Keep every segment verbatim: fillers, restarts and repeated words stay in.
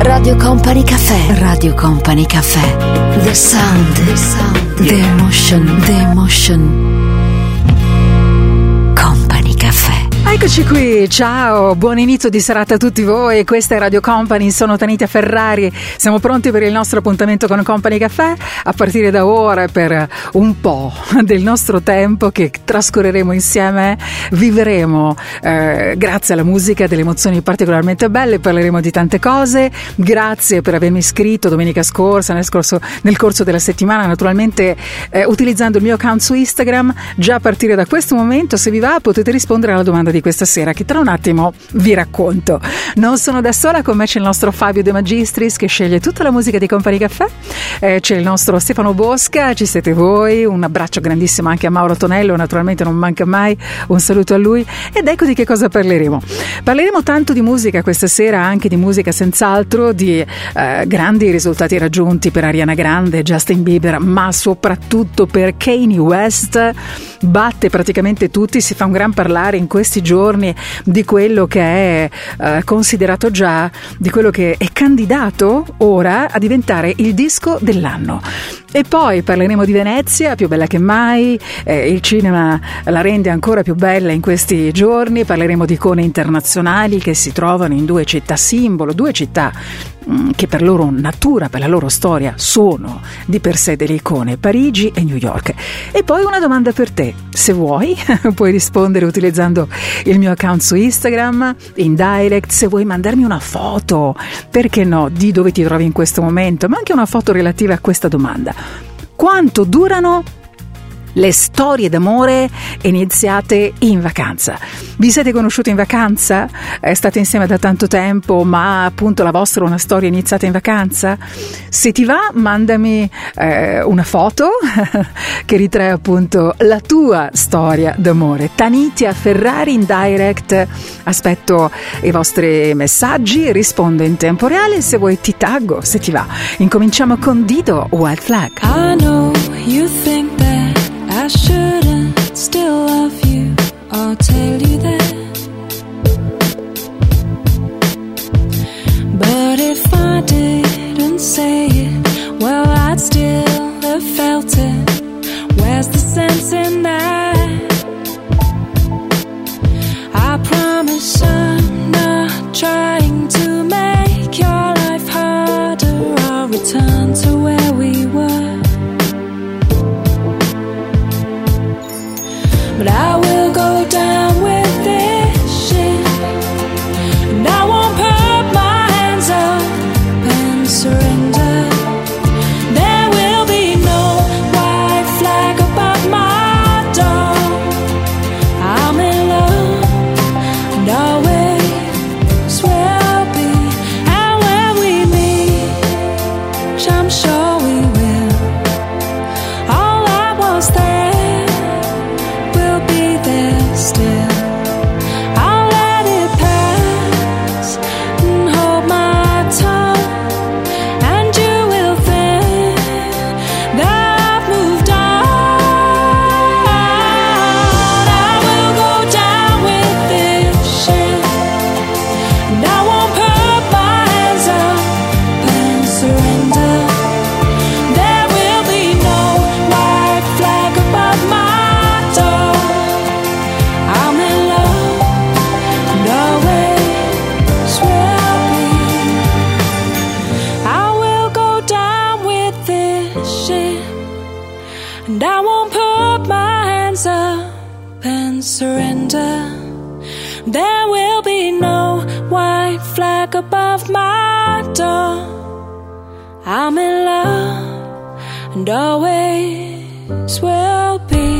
Radio Company Cafè. Radio Company Cafè. The sound. The sound. The emotion. The emotion. Company Cafè. Eccoci qui, ciao, buon inizio di serata a tutti voi, questa è Radio Company, sono Tanita Ferrari, siamo pronti per il nostro appuntamento con Company Cafè a partire da ora per un po' del nostro tempo che trascorreremo insieme, vivremo eh, grazie alla musica delle emozioni particolarmente belle, parleremo di tante cose, grazie per avermi iscritto domenica scorsa, nel, scorso, nel corso della settimana, naturalmente eh, utilizzando il mio account su Instagram, già a partire da questo momento se vi va potete rispondere alla domanda di questa sera che tra un attimo vi racconto. Non sono da sola, con me c'è il nostro Fabio De Magistris che sceglie tutta la musica di Company Cafè, eh, c'è il nostro Stefano Bosca, ci siete voi, un abbraccio grandissimo anche a Mauro Tonello, naturalmente non manca mai, un saluto a lui. Ed ecco di che cosa parleremo. Parleremo tanto di musica questa sera, anche di musica senz'altro, di eh, grandi risultati raggiunti per Ariana Grande, Justin Bieber, ma soprattutto per Kanye West, batte praticamente tutti, si fa un gran parlare in questi giorni di quello che è eh, considerato già, di quello che è candidato ora a diventare il disco dell'anno. E poi parleremo di Venezia, più bella che mai, eh, il cinema la rende ancora più bella in questi giorni, parleremo di icone internazionali che si trovano in due città simbolo, due città mh, che per loro natura, per la loro storia sono di per sé delle icone, Parigi e New York. E poi una domanda per te, se vuoi puoi rispondere utilizzando il mio account su Instagram, in direct, se vuoi mandarmi una foto, perché no, di dove ti trovi in questo momento, ma anche una foto relativa a questa domanda. Quanto durano le storie d'amore iniziate in vacanza? Vi siete conosciuti in vacanza? Eh, state insieme da tanto tempo, ma appunto la vostra è una storia iniziata in vacanza? Se ti va, mandami eh, una foto che ritrae appunto la tua storia d'amore. Tanitia Ferrari in direct, aspetto i vostri messaggi, rispondo in tempo reale, se vuoi ti taggo, se ti va. Incominciamo con Dido, White Flag. I know you think that I shouldn't still love you, I'll tell you that. But if I didn't say it, well, I'd still have felt it. Where's the sense in that? I promise I'm not trying to make your life harder. I'll return to where we were. But I will go down with this shit, and I won't put my hands up and surrender. There will be no white flag above my door. I'm in love, and always will be. And when we meet, I'm sure we will. All I was there still. I'll let it pass and hold my tongue, and you will think that I've moved on. I will go down with this shit, and I won't put my hands up and surrender. There will be no white flag above my door. I'm in love, and always will be. I will go down with this shit, and I won't put my hands up and surrender. There will be no white flag above my door. I'm in love, and always will be.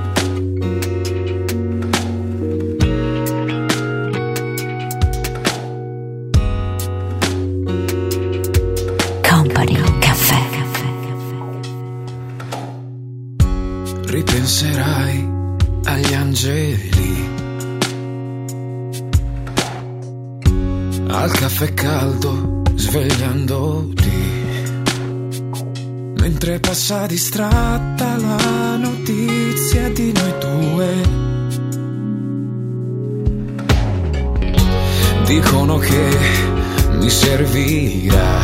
Ripenserai agli angeli, al caffè caldo svegliandoti, mentre passa distratta la notizia di noi due. Dicono che mi servirà.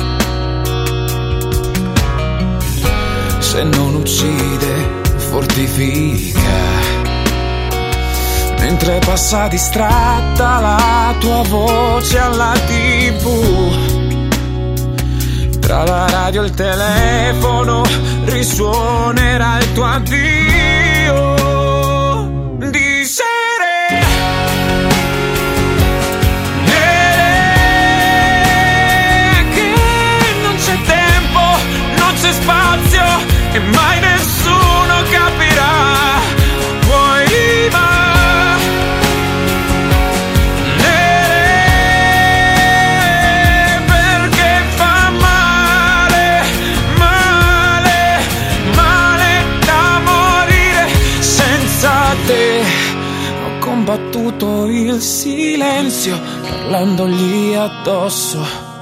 Se non uccide, fortifica. Mentre passa distratta la tua voce alla tivù, tra la radio e il telefono risuonerà il tuo addio. Di sere eh, che non c'è tempo, non c'è spazio e mai nessuno capirà. Poi va combattuto il silenzio parlandogli addosso,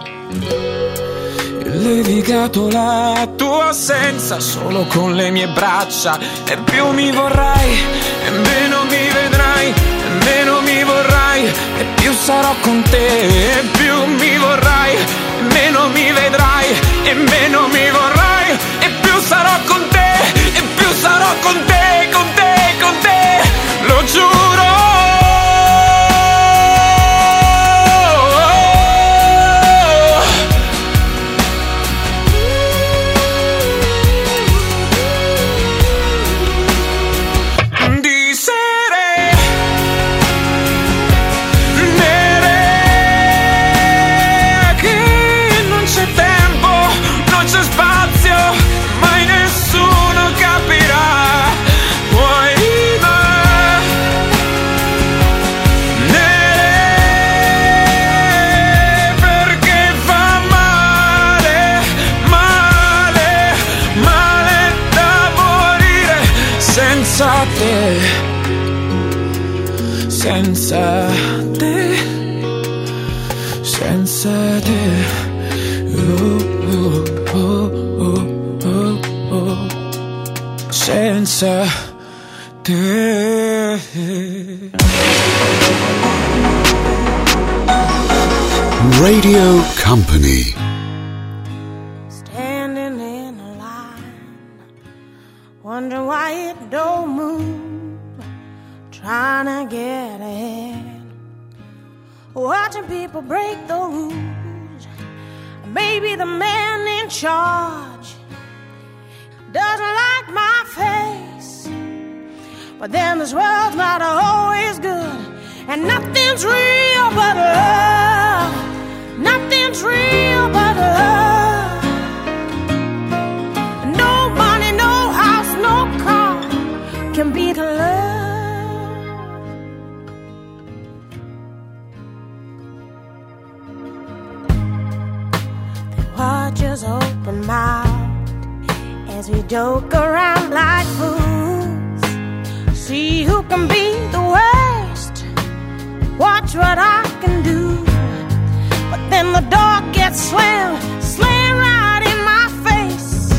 e levigato la tua assenza solo con le mie braccia. E più mi vorrai e meno mi vedrai, e meno mi vorrai e più sarò con te. E più mi vorrai e meno mi vedrai, e meno mi vorrai e più sarò con te. E più sarò con te, con te, con te, lo giuro. Senza te, senza te, oh, oh, oh, oh, oh, oh. Senza te. Radio Company. Standing in a line, wondering why it don't move. Trying to get ahead, watching people break the rules. Maybe the man in charge doesn't like my face, but then this world's not always good, and nothing's real but love. Nothing's real but love. No money, no house, no car can beat love. Watchers open mouthed as we joke around like fools. See who can be the worst. Watch what I can do. But then the door gets slammed, slammed right in my face.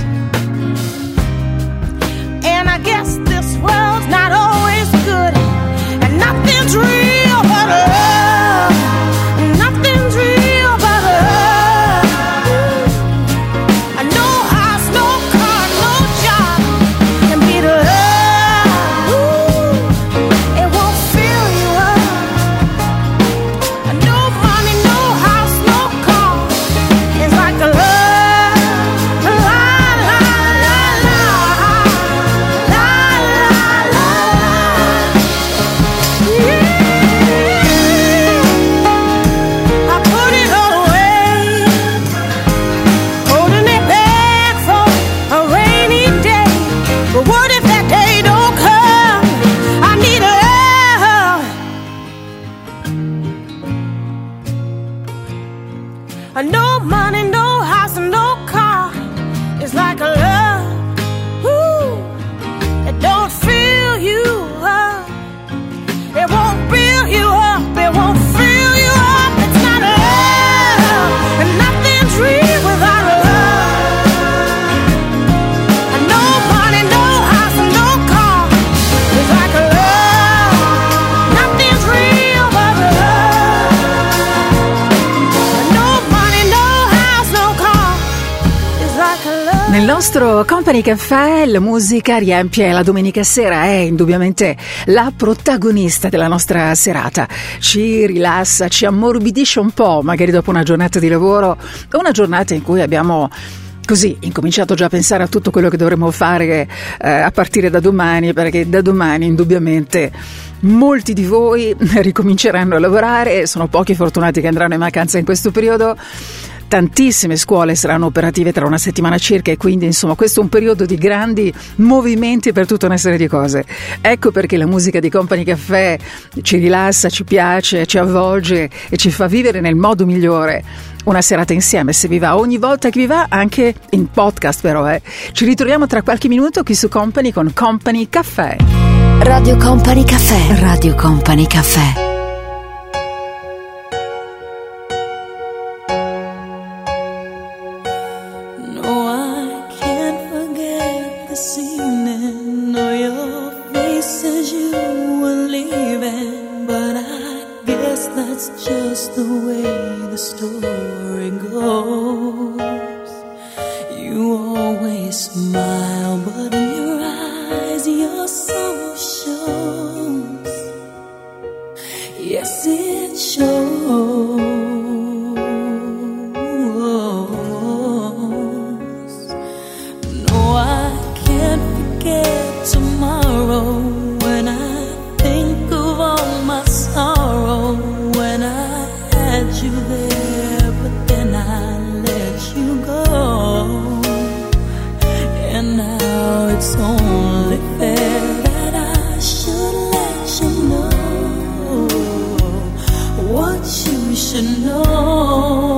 And I guess this world's not always good, and nothing's real but love. Nothing's real but love. No money, no house, no car. It's like a love, ooh, it don't fill you up. It won't build you up. It won't fill you up. It's not love, and nothing's real without love. And no money, no house, no car. It's like a love. Nothing's real but love. And no Nel nostro Company Café la musica riempie la domenica sera, è indubbiamente la protagonista della nostra serata, ci rilassa, ci ammorbidisce un po', magari dopo una giornata di lavoro, una giornata in cui abbiamo così incominciato già a pensare a tutto quello che dovremo fare eh, a partire da domani, perché da domani indubbiamente molti di voi ricominceranno a lavorare, sono pochi fortunati che andranno in vacanza in questo periodo. Tantissime scuole saranno operative tra una settimana circa e quindi insomma questo è un periodo di grandi movimenti per tutta una serie di cose. Ecco perché la musica di Company Café ci rilassa, ci piace, ci avvolge e ci fa vivere nel modo migliore una serata insieme, se vi va, ogni volta che vi va, anche in podcast però. Eh. Ci ritroviamo tra qualche minuto qui su Company con Company Café. Radio Company Café. Radio Company Café. Just the way the story goes. You always smile, but in your eyes your soul shows. Yes, it shows. No, I can't forget tomorrow when I think of all my sorrow. You there, but then I let you go, and now it's only fair that I should let you know what you should know.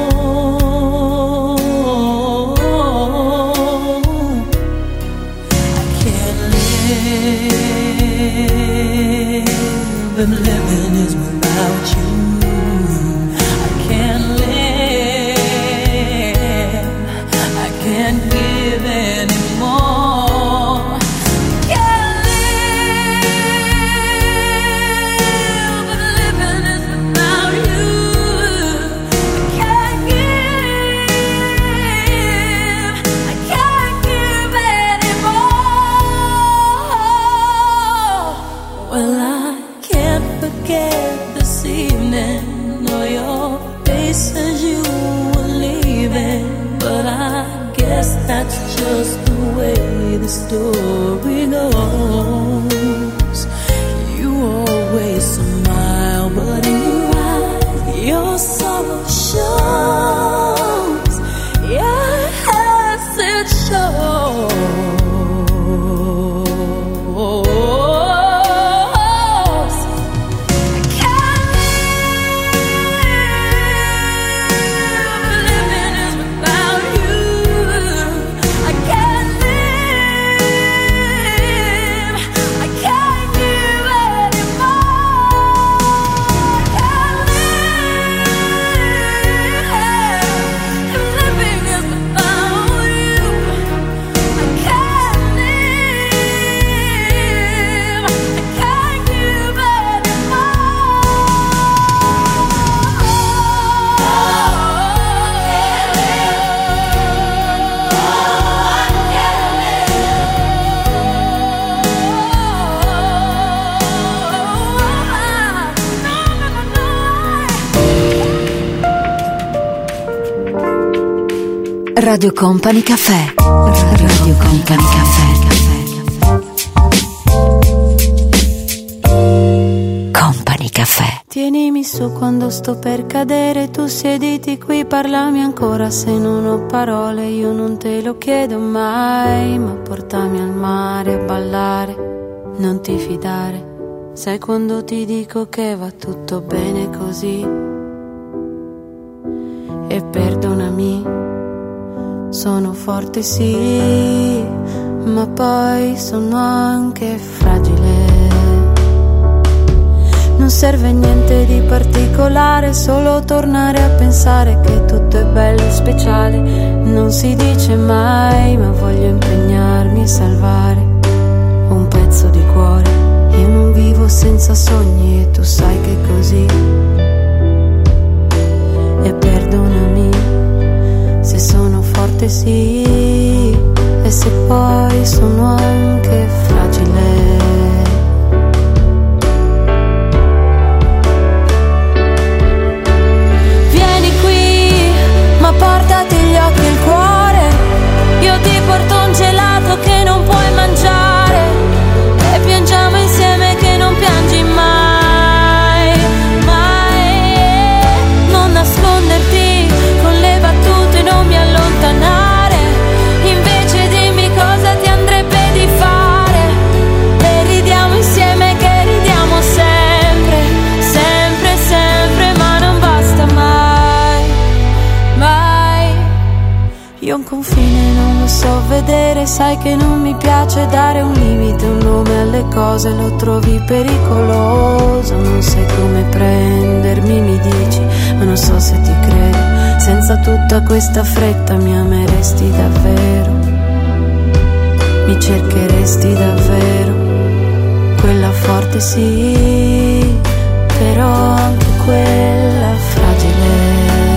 I can't live, and living is without you. That's just the way the story goes. You always smile, but in your eyes your sorrow shows. Yes, it shows. Radio Company Café. Radio Company Café. Company Café. Tienimi su quando sto per cadere, tu siediti qui, parlami ancora se non ho parole, io non te lo chiedo mai, ma portami al mare a ballare, non ti fidare, sai quando ti dico che va tutto bene così, e perdonami. Sono forte sì, ma poi sono anche fragile. Non serve niente di particolare, solo tornare a pensare che tutto è bello e speciale. Non si dice mai, ma voglio impegnarmi a salvare un pezzo di cuore. Io non vivo senza sogni e tu sai che è così. E perdonami se sono forte sì, poi sono anche fragile. Vieni qui, ma portati gli occhi e il cuore, io ti porto un gelato che non puoi mangiare e piangiamo insieme che non piangi mai, mai. Non nasconderti con le battute, non mi allontanare, invece dimmi cosa ti andrebbe di fare e ridiamo insieme che ridiamo sempre, sempre, sempre, ma non basta mai, mai. Io un confine non lo so vedere, sai che non mi piace dare un limite, un nome alle cose, lo trovi pericoloso, non sai come prendermi, mi dici, ma non so se ti credo. Senza tutta questa fretta mi ameresti davvero, mi cercheresti davvero, quella forte sì, però anche quella fragile.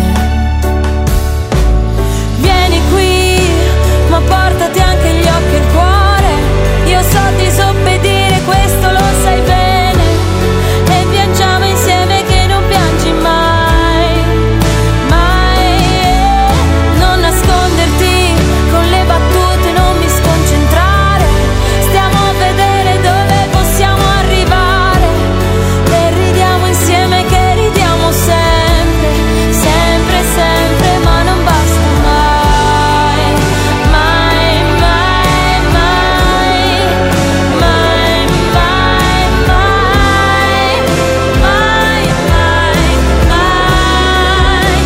Vieni qui, ma portati anche gli occhi e il cuore, io so disobbedire, questo lo sai bene, e piangiamo insieme che non piangi mai, mai. Non nasconderti con le battute, non mi sconcentrare, stiamo a vedere dove possiamo arrivare e ridiamo insieme che ridiamo sempre, sempre, sempre, ma non basta mai, mai, mai, mai, mai, mai, mai, mai, mai, mai,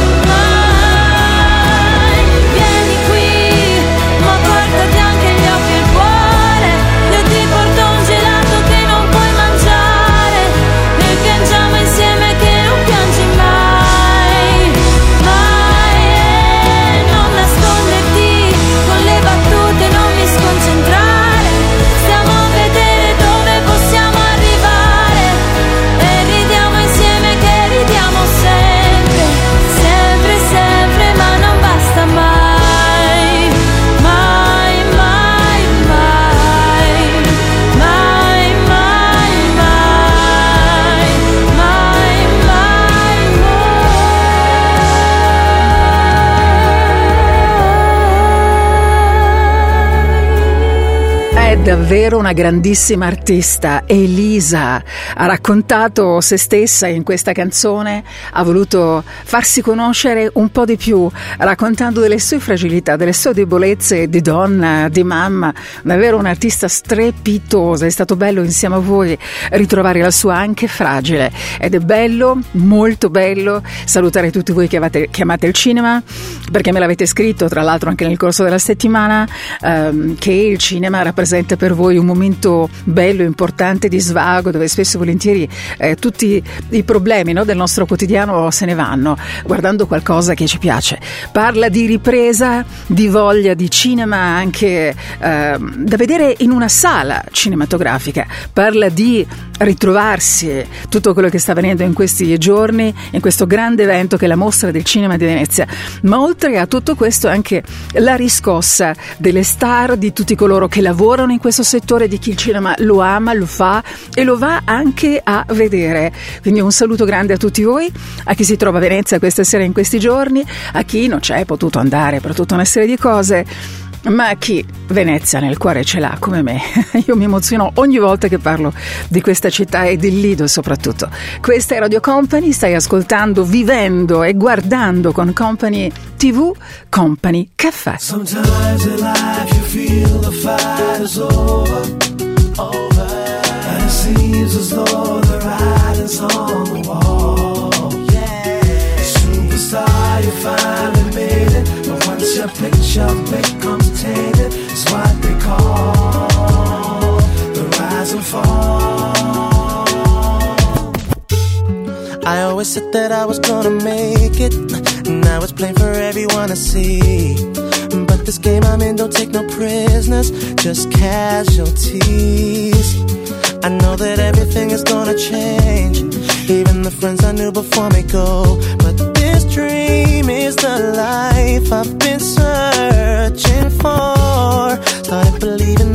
mai. Vieni qui, ma portati anche gli occhi e il cuore, io ti porto un gelato che non puoi mangiare e piangiamo insieme che non piangi mai, mai. Non nasconderti con le battute, non mi sconcentrare, stiamo a vedere dove possiamo arrivare e ridiamo insieme che ridiamo sempre, sempre, sempre, ma non basta mai, mai, mai, mai, mai, mai, mai, mai, mai, È davvero una grandissima artista. Elisa ha raccontato se stessa in questa canzone, ha voluto farsi conoscere un po' di più, raccontando delle sue fragilità, delle sue debolezze di donna, di mamma. Davvero un'artista strepitosa. È stato bello insieme a voi ritrovare la sua anche fragile, ed è bello, molto bello salutare tutti voi che, avete, che amate il cinema, perché me l'avete scritto tra l'altro anche nel corso della settimana, ehm, che il cinema rappresenta per voi un momento bello, importante di svago, dove spesso e volentieri eh, tutti i problemi, no, del nostro quotidiano se ne vanno guardando qualcosa che ci piace. Parla di ripresa, di voglia di cinema anche eh, da vedere in una sala cinematografica, parla di ritrovarsi, tutto quello che sta avvenendo in questi giorni, in questo grande evento che è la Mostra del Cinema di Venezia, ma oltre a tutto questo anche la riscossa delle star, di tutti coloro che lavorano in questo settore, di chi il cinema lo ama, lo fa e lo va anche a vedere. Quindi un saluto grande a tutti voi, a chi si trova a Venezia questa sera in questi giorni, a chi non c'è potuto andare per tutta una serie di cose, ma chi Venezia nel cuore ce l'ha come me. Io mi emoziono ogni volta che parlo di questa città e del Lido soprattutto. Questa è Radio Company, stai ascoltando, vivendo e guardando con Company tivù, Company Caffè. Sometimes in life you feel the fight is over, over, and it seems as though the writing's on the wall. Yeah, superstar, you finally made it, but once your picture becomes tainted, it's what they call the rise and fall. I always said that I was gonna make it, now it's plain for everyone to see. But this game I'm in don't take no prisoners, just casualties. I know that everything is gonna change, even the friends I knew before me go. But this dream is the life I've been searching for. Started believing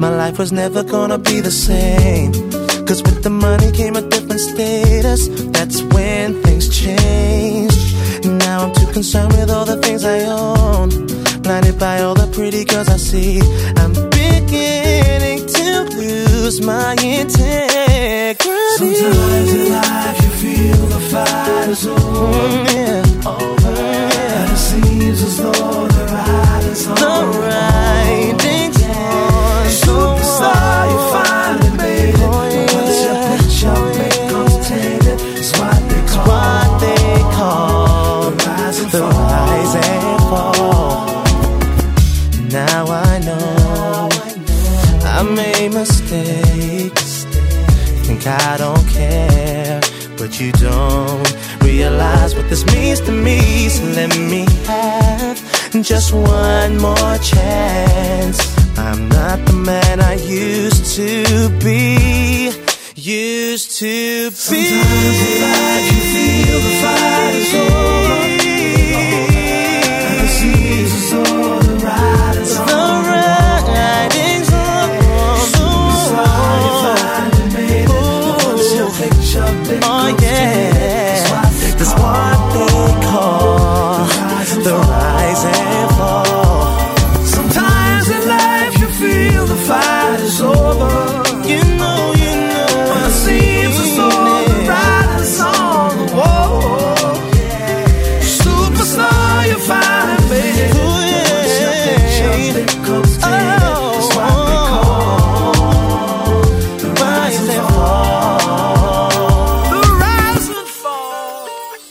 my life was never gonna be the same. Cause with the money came a different status. That's when things changed. Now I'm too concerned with all the things I own, blinded by all the pretty girls I see. I'm beginning to lose my integrity. Sometimes in life you feel the fight is over, mm, yeah. over, yeah. And it seems as though the writing's on the writing's on. Superstar, you finally made it. Oh, yeah. Once your picture becomes tainted, it's what they call, what they call the rise and the fall. Rise and fall. Now I know I made mistakes. Think I don't care, but you don't realize what this means to me. So let me have just one more chance. I'm not the man I used to be. Used to be. Sometimes in life you feel the fight is over, and it seems as though the writing's on. The writing's on. Superstar, you finally made it. But once your picture becomes Oh yeah, that's what they call the rise and fall. Sometimes in life you feel the fight is over. You know, you know, and it seems as though the writing's on the wall. Superstar, you finally made it. Ooh, yeah. Once your picture becomes tainted, Oh, it's what they call the rise and fall. The rise and fall.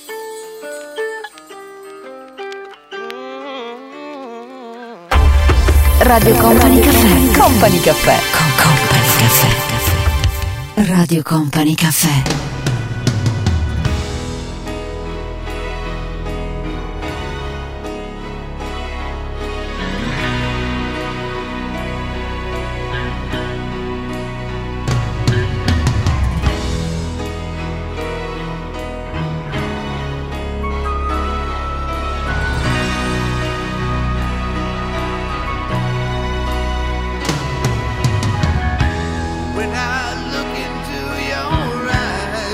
Radio Company Caffè. Company Caffè. Con Company Caffè. Radio Company Caffè. When I look into your eyes,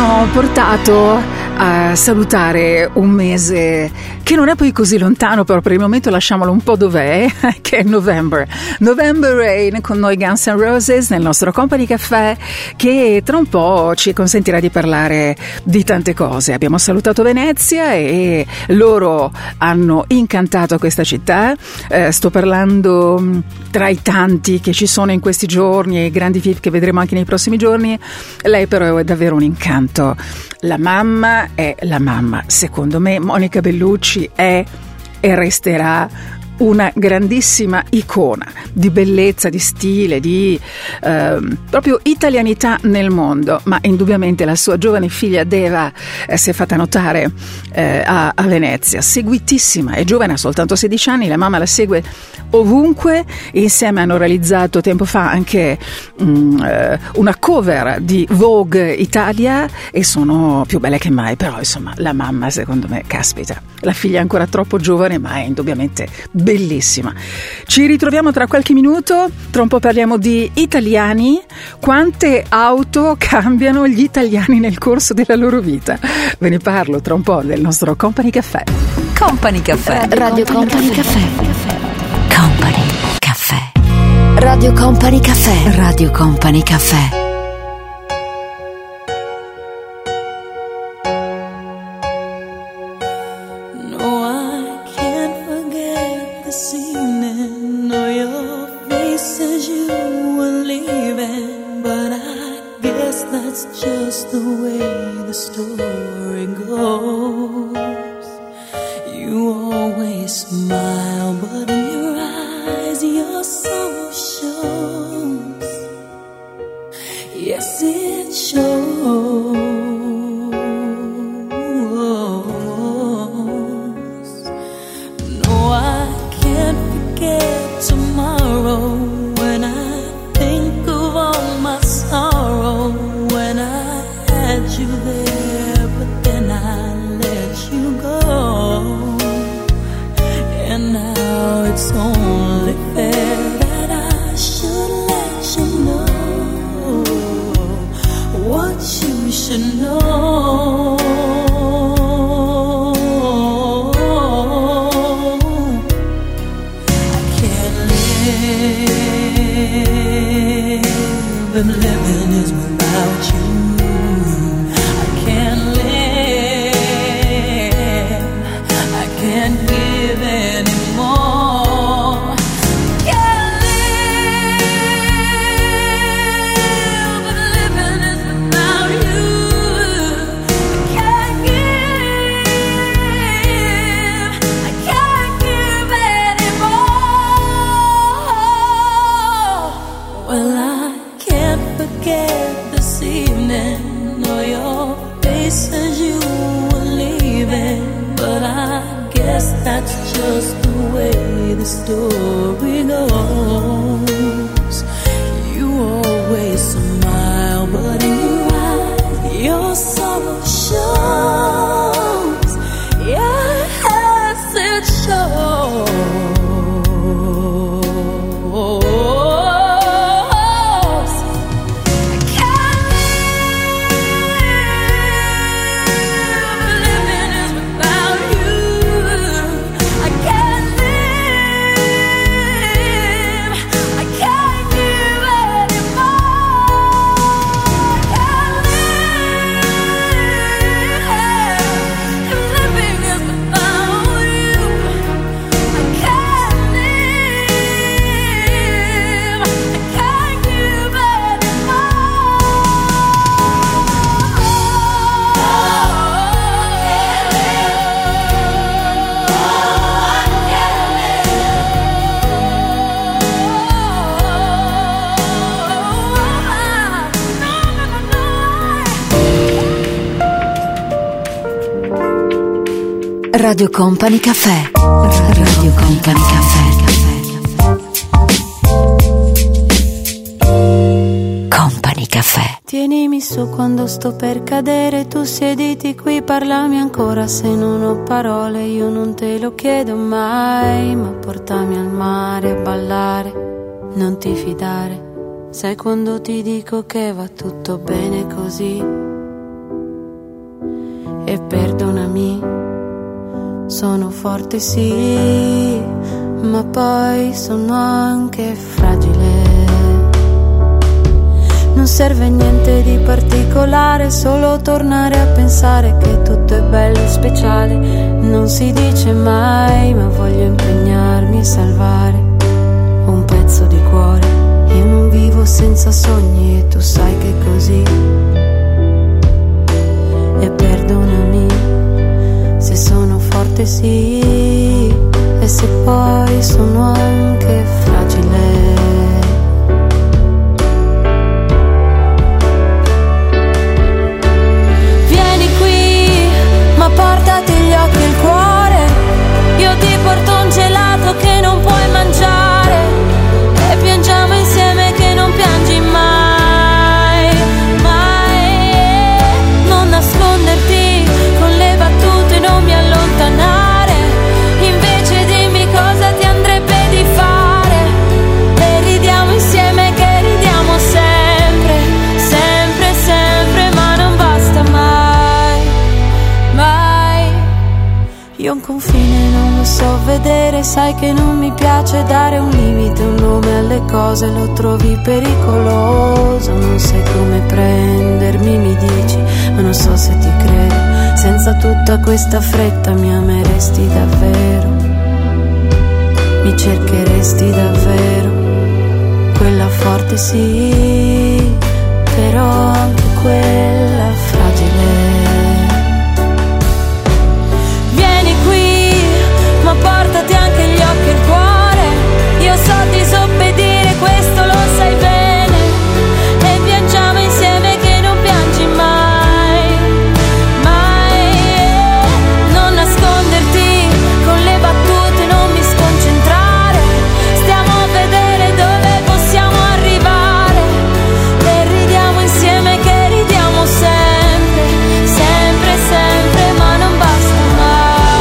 hanno portato a salutare un mese che non è poi così lontano, però per il momento lasciamolo un po' dov'è, che è November. November Rain con noi Guns N' Roses nel nostro Company Café, che tra un po' ci consentirà di parlare di tante cose. Abbiamo salutato Venezia e loro hanno incantato questa città. Eh, sto parlando tra i tanti che ci sono in questi giorni e i grandi film che vedremo anche nei prossimi giorni. Lei però è davvero un incanto. La mamma è la mamma. Secondo me Monica Bellucci è e resterà una grandissima icona di bellezza, di stile, di eh, proprio italianità nel mondo, ma indubbiamente la sua giovane figlia Deva eh, si è fatta notare eh, a, a Venezia, seguitissima, è giovane, ha soltanto sedici anni, la mamma la segue ovunque. Insieme hanno realizzato tempo fa anche mh, eh, una cover di Vogue Italia e sono più belle che mai, però insomma la mamma secondo me, caspita, la figlia è ancora troppo giovane ma è indubbiamente bellissima. Ci ritroviamo tra qualche minuto, tra un po' parliamo di italiani, quante auto cambiano gli italiani nel corso della loro vita. Ve ne parlo tra un po' del nostro Company Café. Company Café. Radio Company Café. Company Café. Radio Company Café. Radio Company Café. Radio Company Café. Radio Company Café. Company Café. Tienimi su quando sto per cadere, tu siediti qui, parlami ancora se non ho parole, io non te lo chiedo mai, ma portami al mare a ballare, non ti fidare, sai quando ti dico che va tutto bene così. e perdonami. Sono forte sì, ma poi sono anche fragile. Non serve niente di particolare, solo tornare a pensare che tutto è bello e speciale. Non si dice mai, ma voglio impegnarmi a salvare un pezzo di cuore. Io non vivo senza sogni e tu sai che è così. E perdonami se sono forte sì, e se poi sono anche fragile. Portati gli occhi e il cuore, io ti porto un gelato che non puoi mangiare e piangiamo insieme che non piangi mai, mai. Non nasconderti con le battute, non mi allontanare, invece dimmi cosa ti andrebbe di fare e ridiamo insieme che ridiamo sempre, sempre, sempre, ma non basta mai. Io un confine non lo so vedere, sai che non mi piace dare un limite, un nome alle cose, lo trovi pericoloso. Non sai come prendermi, mi dici, ma non so se ti credo. Senza tutta questa fretta mi ameresti davvero, mi cercheresti davvero. Quella forte sì, però anche quella fragile. Portati anche gli occhi e il cuore, io so disobbedire, questo lo sai bene, e piangiamo insieme che non piangi mai, mai. Non nasconderti con le battute, non mi sconcentrare, stiamo a vedere dove possiamo arrivare e ridiamo insieme che ridiamo sempre, sempre, sempre, ma non basta mai.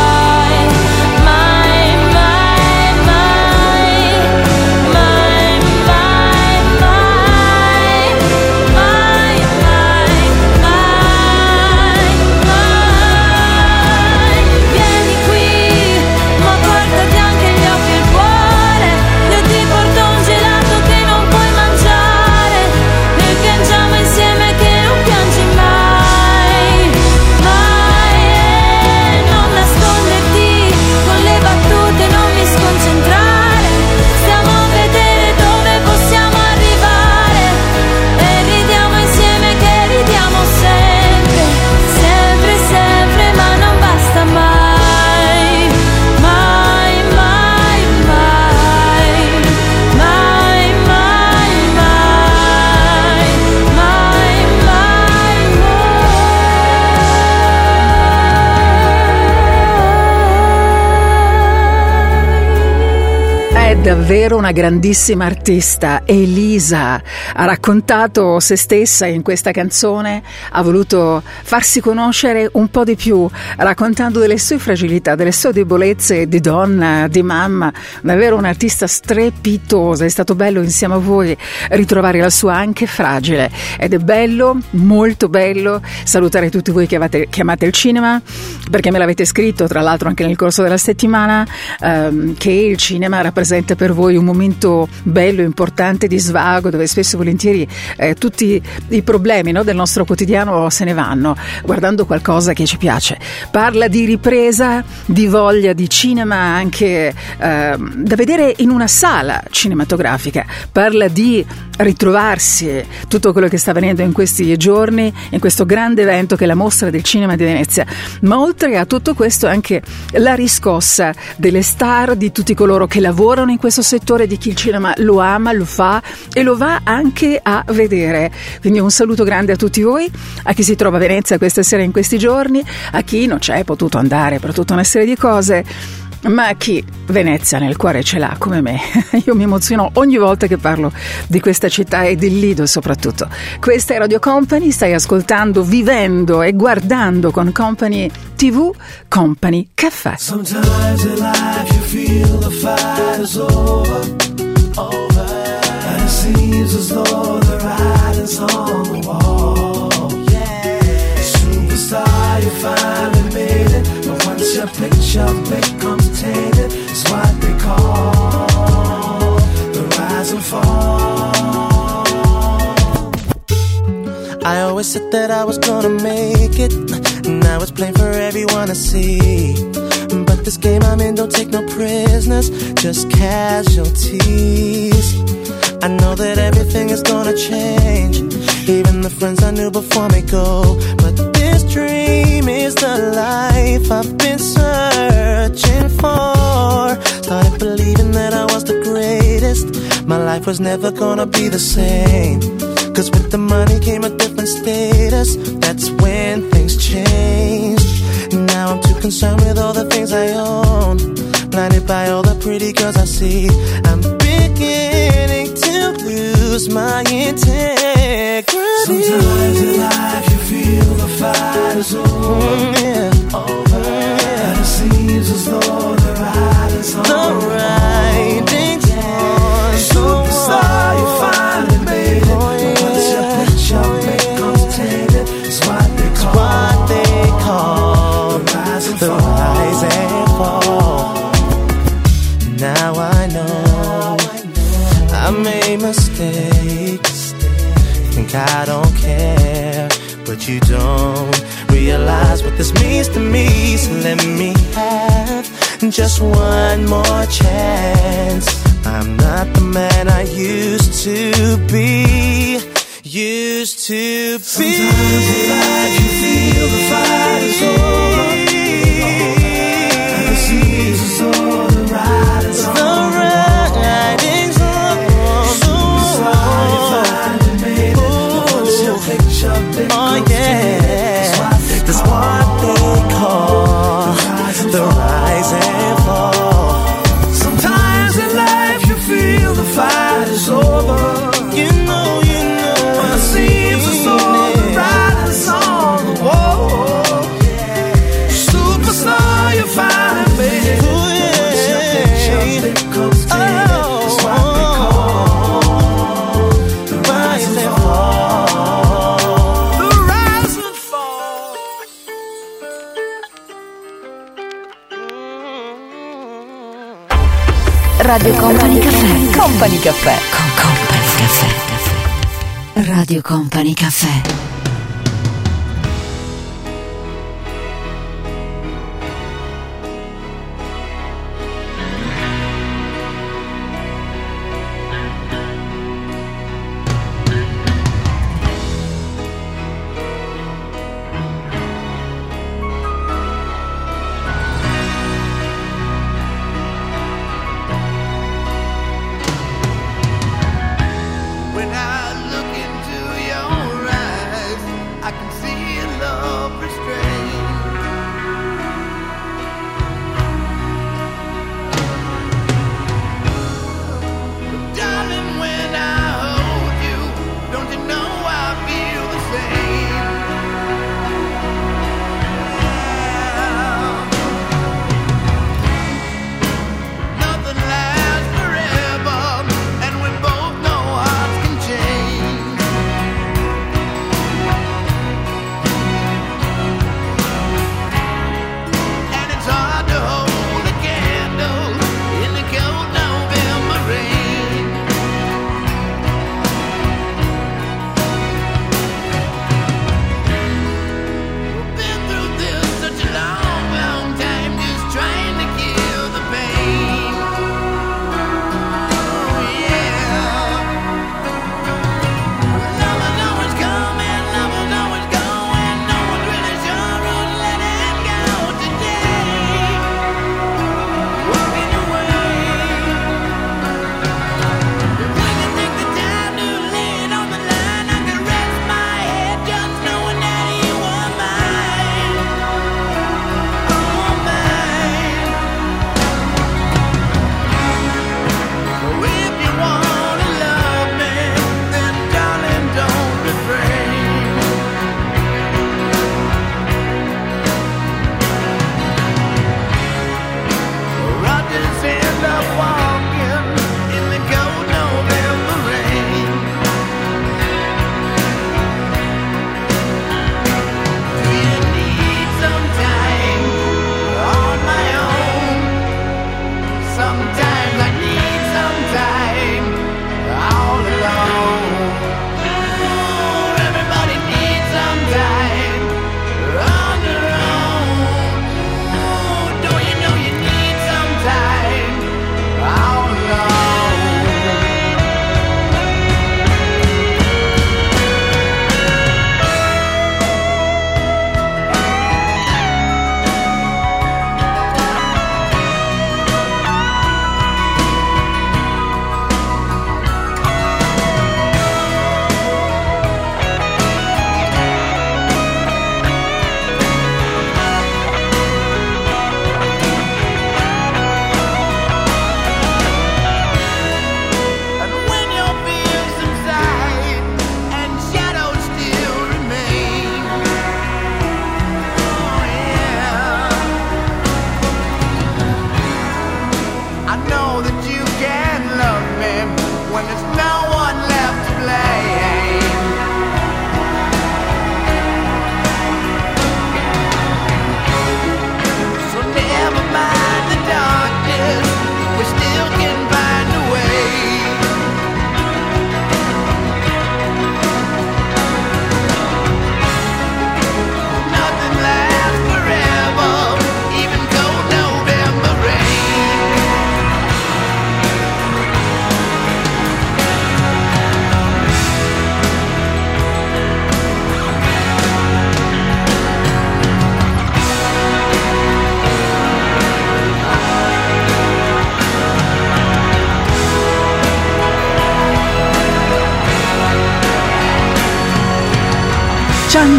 Davvero una grandissima artista. Elisa ha raccontato se stessa in questa canzone, ha voluto farsi conoscere un po' di più, raccontando delle sue fragilità, delle sue debolezze di donna, di mamma. Davvero un'artista strepitosa. È stato bello insieme a voi ritrovare la sua anche fragile, ed è bello, molto bello salutare tutti voi che, avete, che amate il cinema, perché me l'avete scritto tra l'altro anche nel corso della settimana, ehm, che il cinema rappresenta per voi un momento bello, importante di svago, dove spesso e volentieri eh, tutti i problemi, no, del nostro quotidiano se ne vanno guardando qualcosa che ci piace. Parla di ripresa, di voglia di cinema anche eh, da vedere in una sala cinematografica, parla di ritrovarsi tutto quello che sta avvenendo in questi giorni, in questo grande evento che è la Mostra del Cinema di Venezia, ma oltre a tutto questo anche la riscossa delle star, di tutti coloro che lavorano in questo settore, di chi il cinema lo ama, lo fa e lo va anche a vedere. Quindi un saluto grande a tutti voi, a chi si trova a Venezia questa sera in questi giorni, a chi non c'è potuto andare per tutta una serie di cose, ma chi Venezia nel cuore ce l'ha come me. Io mi emoziono ogni volta che parlo di questa città e del Lido soprattutto. Questa è Radio Company, stai ascoltando, vivendo e guardando con Company tivù, Company Caffè. Sometimes in life you feel the fight is over, over, and it seems as though the writing's on the wall. Yeah, superstar. star, you finally made it. But once your picture becomes tainted, it's what they call the rise and fall. I always said that I was gonna make it. Now it's plain for everyone to see. But this game I'm in don't take no prisoners, just casualties. I know that everything is gonna change. Even the friends I knew before me go. But this dream is the life I've been searching for. Started believing that I was the greatest. My life was never gonna be the same. Cause with the money came a different status. That's when things changed. Now I'm too concerned with all the things I own. Blinded by all the pretty girls I see. I'm beginning to lose my integrity. Sometimes in life you feel the fight is over, mm, yeah. over. Yeah. And it seems as though the writing's on the writing's on. Superstar, you finally made it. Oh, yeah. But once your picture becomes tainted, it's what they call, what they call the rise and the fall. Rise and fall. Now I know I made mistakes. Think I don't care, but you don't realize what this means to me. So let me have just one more chance. I'm not the man I used to be. Used to be. Sometimes in life you feel the fight is over, and it seems as though the writing's on. The writing's on. Superstar, you finally made it. But once your picture becomes Oh yeah, that's what they call the rise and fall. Sometimes in life you feel the fight is over. You know, you know, and it seems as though the writing's on the wall. Superstar, you finally made it. Ooh, yeah. Once your picture becomes tainted, it's what they call the rise and fall. The rise and fall. Radio Company Caffè. Company Caffè. Con Company Caffè. Radio Company Caffè. When I look into your eyes,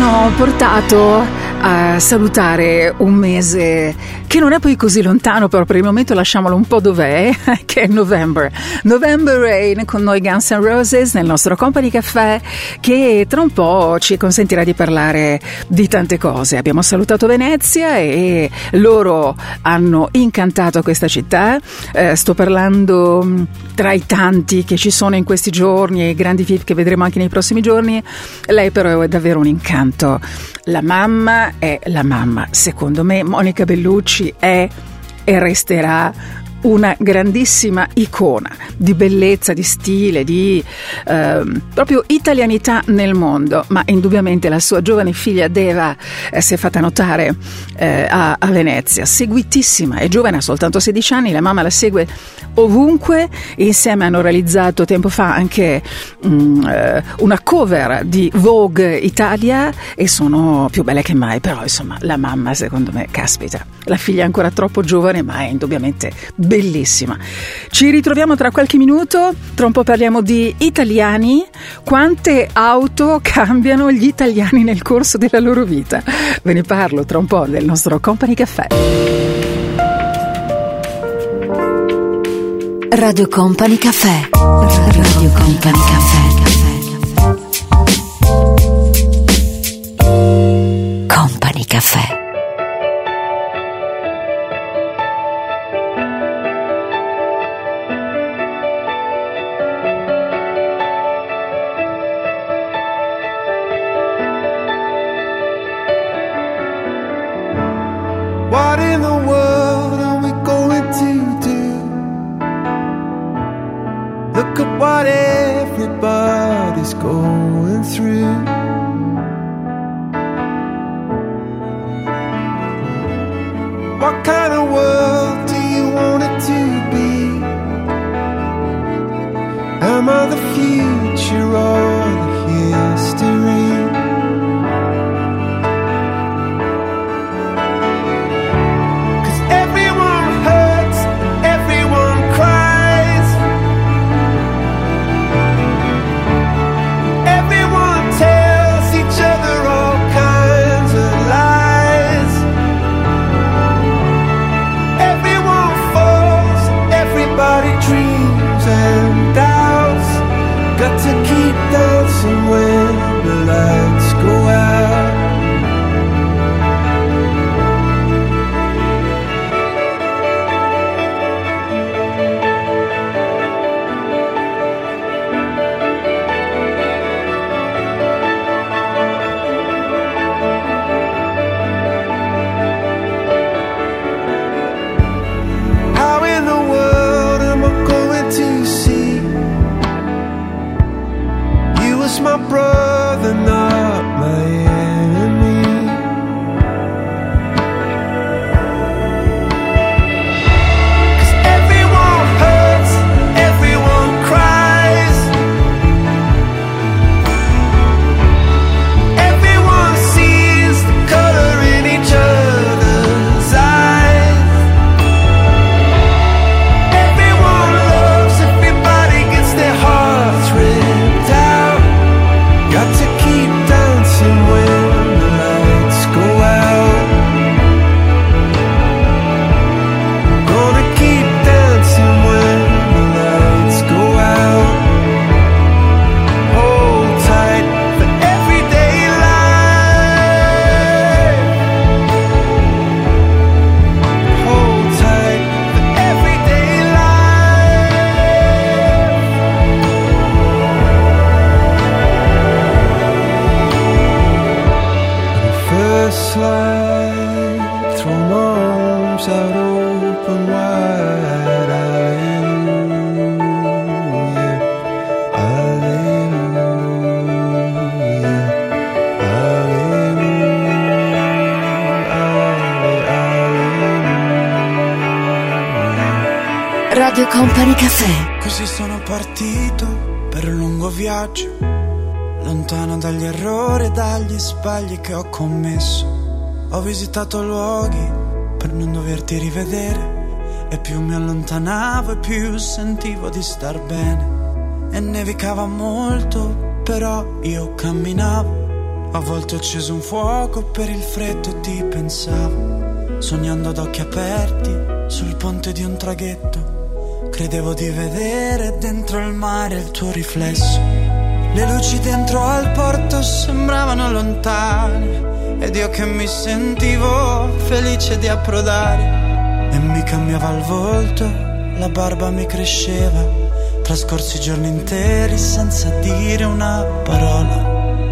hanno portato a salutare un mese che non è poi così lontano, però per il momento lasciamolo un po' dov'è, che è November. November Rain con noi Guns N' Roses nel nostro Company Café, che tra un po' ci consentirà di parlare di tante cose. Abbiamo salutato Venezia e loro hanno incantato questa città. Eh, sto parlando tra i tanti che ci sono in questi giorni e i grandi film che vedremo anche nei prossimi giorni. Lei però è davvero un incanto. La mamma è la mamma. Secondo me Monica Bellucci è e resterà una grandissima icona di bellezza, di stile, di eh, proprio italianità nel mondo, ma indubbiamente la sua giovane figlia Deva eh, si è fatta notare eh, a, a Venezia, seguitissima, è giovane, ha soltanto sedici anni, la mamma la segue ovunque. Insieme hanno realizzato tempo fa anche mh, eh, una cover di Vogue Italia e sono più belle che mai, però insomma la mamma secondo me, caspita, la figlia è ancora troppo giovane ma è indubbiamente bellissima. Ci ritroviamo tra qualche minuto, tra un po' parliamo di italiani, quante auto cambiano gli italiani nel corso della loro vita. Ve ne parlo tra un po' del nostro Company Café. Radio Company Café. Radio Company Café. Company Café. What in the world are we going to do? Look at what everybody's going through. What kind of world do you want it to be? Am I the future or the history? Radio Company Café. Così sono partito per un lungo viaggio, lontano dagli errori e dagli sbagli che ho commesso. Ho visitato luoghi per non doverti rivedere, e più mi allontanavo e più sentivo di star bene. E nevicava molto, però io camminavo A volte ho acceso un fuoco per il freddo e ti pensavo, sognando ad occhi aperti sul ponte di un traghetto. Credevo di vedere dentro il mare il tuo riflesso. Le luci dentro al porto sembravano lontane ed io che mi sentivo felice di approdare. E mi cambiava il volto, la barba mi cresceva, trascorsi giorni interi senza dire una parola.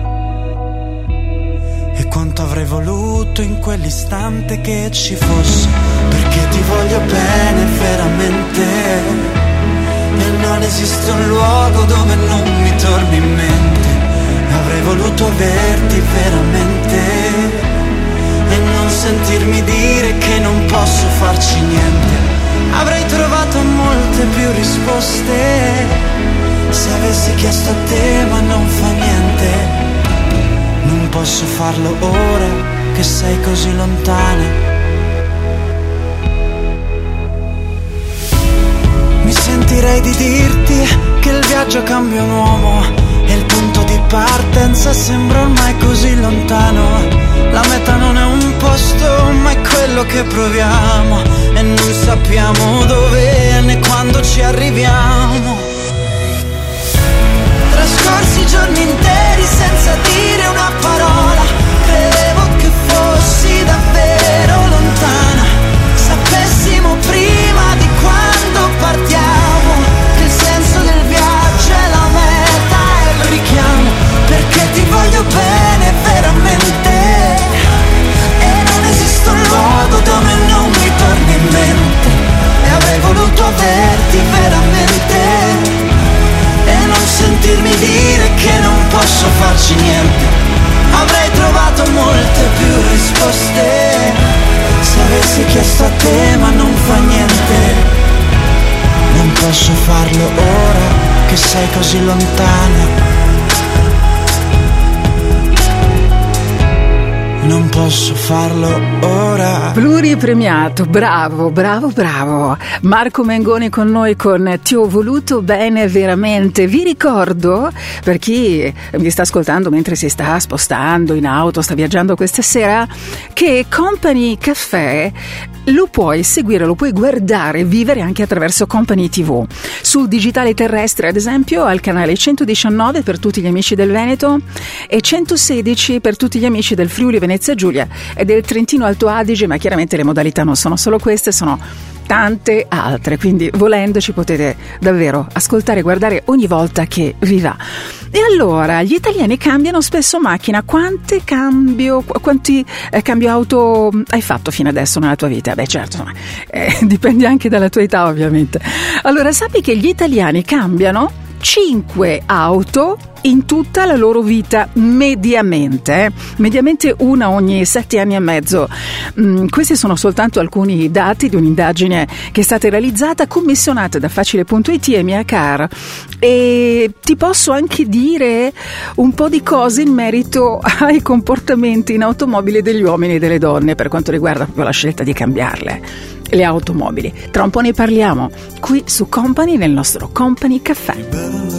E quanto avrei voluto in quell'istante che ci fosse, perché ti voglio bene veramente. E non esiste un luogo dove non mi torni in mente. E avrei voluto averti veramente e non sentirmi dire che non posso farci niente. Avrei trovato molte più risposte se avessi chiesto a te, ma non fa niente. Non posso farlo ora che sei così lontana. Mi sentirei di dirti che il viaggio cambia un uomo e il punto di partenza sembra ormai così lontano. La meta non è un posto, ma è quello che proviamo e non sappiamo dove né quando ci arriviamo. Trascorsi giorni interi senza dire una parola. Credevo che fossi davvero lontana. Sapessimo prima di quando partiamo che il senso del viaggio è la meta e il richiamo. Perché ti voglio bene veramente e non esiste un luogo dove non mi torni in mente. E avrei voluto averti veramente e non sentirmi dire che non posso farci niente. Avrei trovato molte più risposte se avessi chiesto a te, ma non fa niente. Non posso farlo ora che sei così lontana. Non posso farlo ora. Pluripremiato, bravo, bravo, bravo. Marco Mengoni con noi con Ti ho voluto bene veramente. Vi ricordo, per chi mi sta ascoltando mentre si sta spostando in auto, sta viaggiando questa sera, che Company Café lo puoi seguire, lo puoi guardare, vivere anche attraverso Company tivù. Sul digitale terrestre, ad esempio, al canale centodiciannove per tutti gli amici del Veneto e centosedici per tutti gli amici del Friuli Venezia Giulia e del Trentino Alto Adige, ma chiaramente le modalità non sono solo queste, sono tante altre, quindi volendo ci potete davvero ascoltare e guardare ogni volta che vi va. E allora, gli italiani cambiano spesso macchina. Quante cambio, quanti eh, cambio auto hai fatto fino adesso nella tua vita? Beh, certo, insomma, eh, dipende anche dalla tua età, ovviamente. Allora, sappi che gli italiani cambiano cinque auto in tutta la loro vita, mediamente, eh? mediamente una ogni sette anni e mezzo. Mm, questi sono soltanto alcuni dati di un'indagine che è stata realizzata, commissionata da Facile punto it e Mia Car, e ti posso anche dire un po' di cose in merito ai comportamenti in automobile degli uomini e delle donne per quanto riguarda proprio la scelta di cambiarle, le automobili. Tra un po' ne parliamo qui su Company, nel nostro Company Café.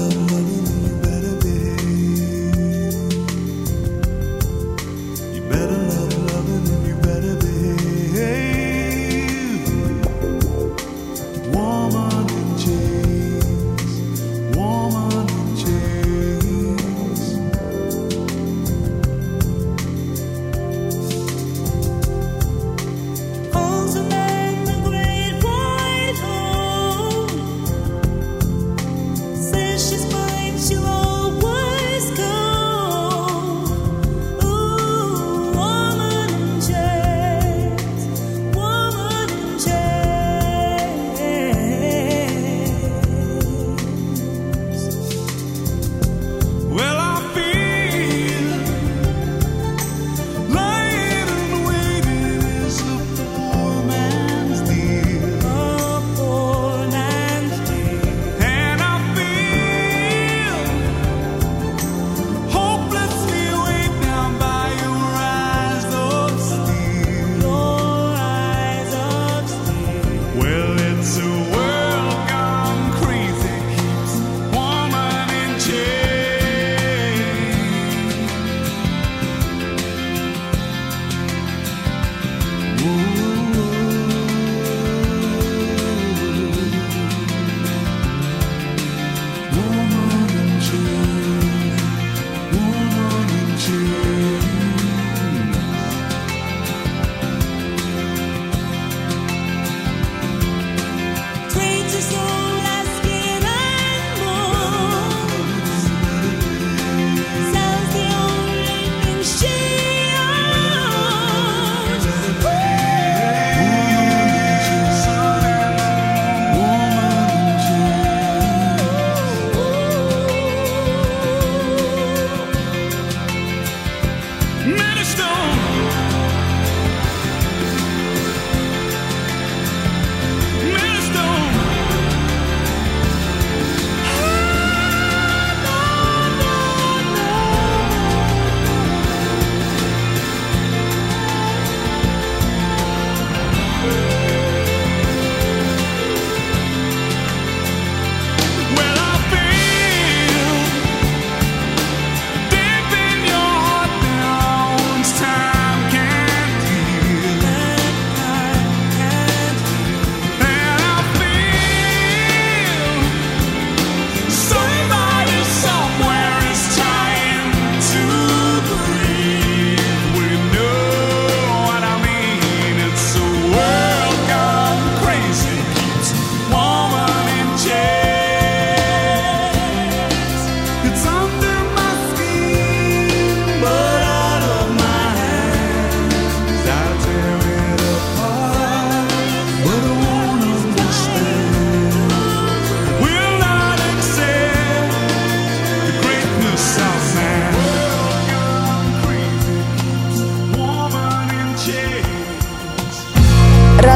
She's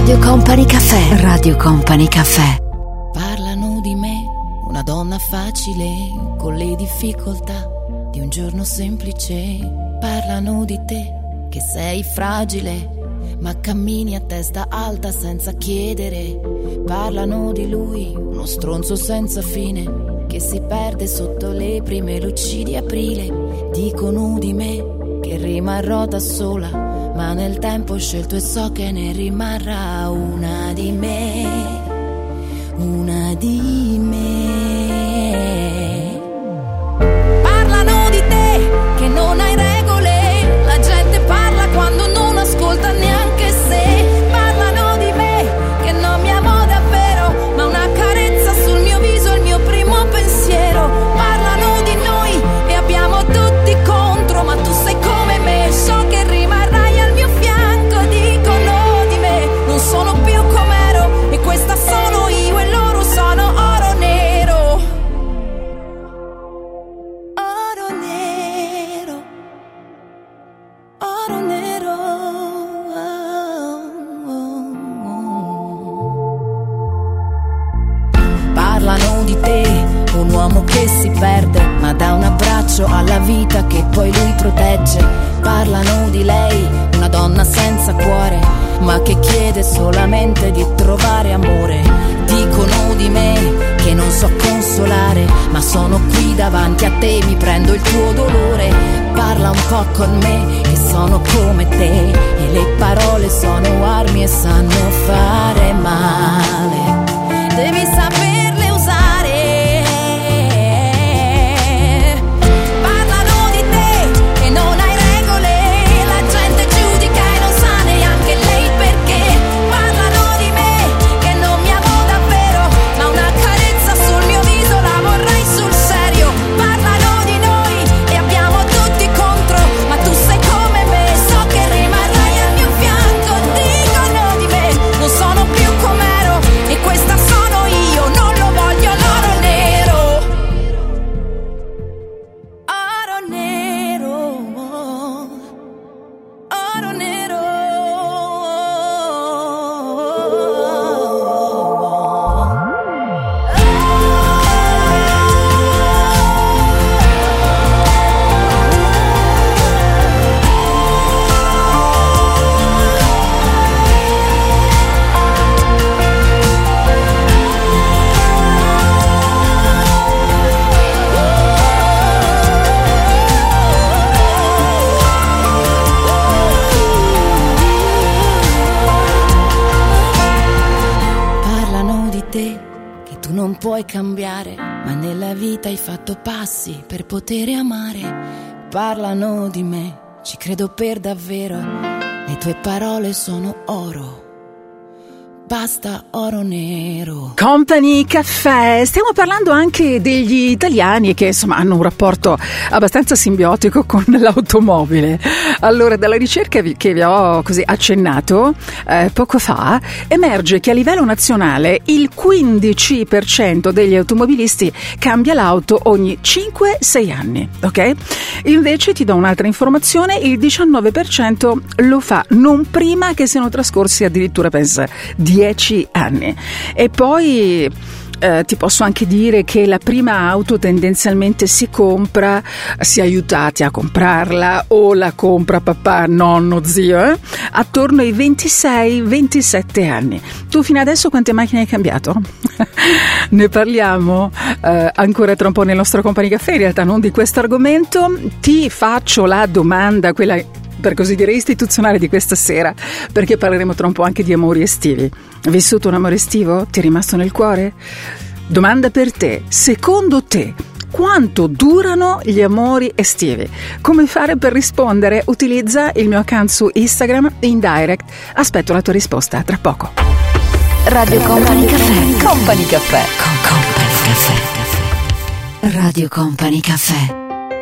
Radio Company Cafè. Radio Company Cafè. Parlano di me, una donna facile, con le difficoltà di un giorno semplice. Parlano di te, che sei fragile, ma cammini a testa alta senza chiedere. Parlano di lui, uno stronzo senza fine, che si perde sotto le prime luci di aprile. Dicono di me che rimarrò da sola, ma nel tempo ho scelto e so che ne rimarrà una di me, una di me. Parlano di te, che non hai regole, la gente parla quando non ascolta neanche se. Parlano di me, che non mi amo davvero, ma una carezza sul mio viso è il mio primo pensiero. Parlano di noi e abbiamo tutti contro, ma tu sei come me, so che rimarrai al mio fianco. Dicono di me, non sono più com'ero, e questa sono io e loro sono oro nero. Oro nero, oro nero. Parlano di te, un uomo che si perde, ma dà un abbraccio alla vita che poi lui protegge. Parlano di lei, una donna senza cuore, ma che chiede solamente di trovare amore. Dicono di me che non so consolare, ma sono qui davanti a te, mi prendo il tuo dolore. Parla un po' con me, che sono come te, e le parole sono armi e sanno fare male. Devi saperle usare. Parlano di te, che non hai regole, la gente giudica e non sa neanche lei perché. Parlano di me, che non mi amo davvero, ma una carezza sul mio viso la vorrei sul serio. Parlano di noi e abbiamo tutti contro, ma tu sei come me, so che rimarrai al mio fianco. Dicono di me, non sono più com'ero, e questa sono io, non lo voglio l'oro nero. Oro nero, oro nero. Parlano di te, che tu non puoi cambiare, ma nella vita hai fatto passi per poter amare. Parlano di me, ci credo per davvero, le tue parole sono oro, basta oro nero. Company Cafè, stiamo parlando anche degli italiani che insomma hanno un rapporto abbastanza simbiotico con l'automobile. Allora, dalla ricerca che vi ho così accennato eh, poco fa, emerge che a livello nazionale il quindici per cento degli automobilisti cambia l'auto ogni cinque sei anni, ok? Invece ti do un'altra informazione, il diciannove per cento lo fa non prima che siano trascorsi addirittura, pensa, dieci anni. E poi Eh, ti posso anche dire che la prima auto tendenzialmente si compra, si è aiutati a comprarla o la compra papà, nonno, zio, eh? attorno ai ventisei ventisette anni. Tu fino adesso quante macchine hai cambiato? Ne parliamo eh, ancora tra un po' nel nostro Company Cafè, in realtà non di questo argomento. Ti faccio la domanda, quella per così dire istituzionale di questa sera, perché parleremo tra un po' anche di amori estivi. Hai vissuto un amore estivo? Ti è rimasto nel cuore? Domanda per te: secondo te quanto durano gli amori estivi? Come fare per rispondere? Utilizza il mio account su Instagram in direct. Aspetto la tua risposta tra poco. Radio Company Cafè. Company Cafè. Con Company Cafè. Radio Company Cafè.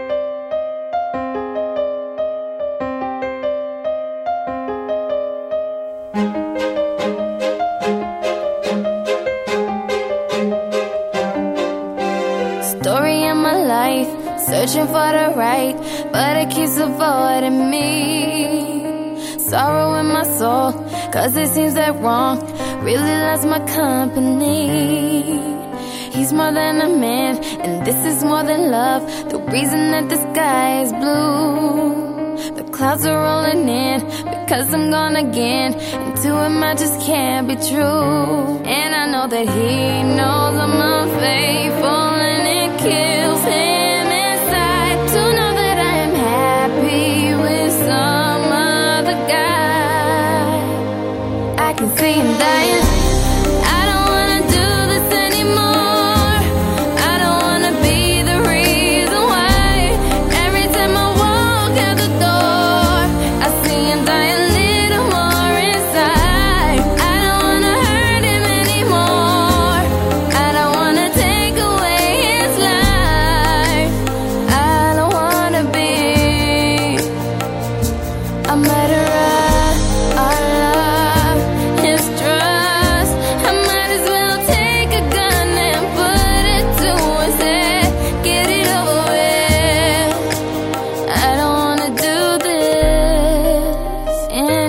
Searching for the right, but it keeps avoiding me. Sorrow in my soul, Cause it seems that wrong really loves my company. He's more than a man, and this is more than love. The reason that the sky is blue, the clouds are rolling in because I'm gone again, and to him I just can't be true. And I know that he knows I'm unfaithful, and it kills him inside to know that I am happy with some other guy. I can see him dying. I don't wanna do this anymore. I don't wanna be the reason why. Every time I walk out the door, I see him die a little more inside. I don't wanna hurt him anymore. I don't wanna take away his life. I don't wanna be a murderer. Our love is trust. I might as well take a gun and put it to his head. Get it over with. I don't wanna do this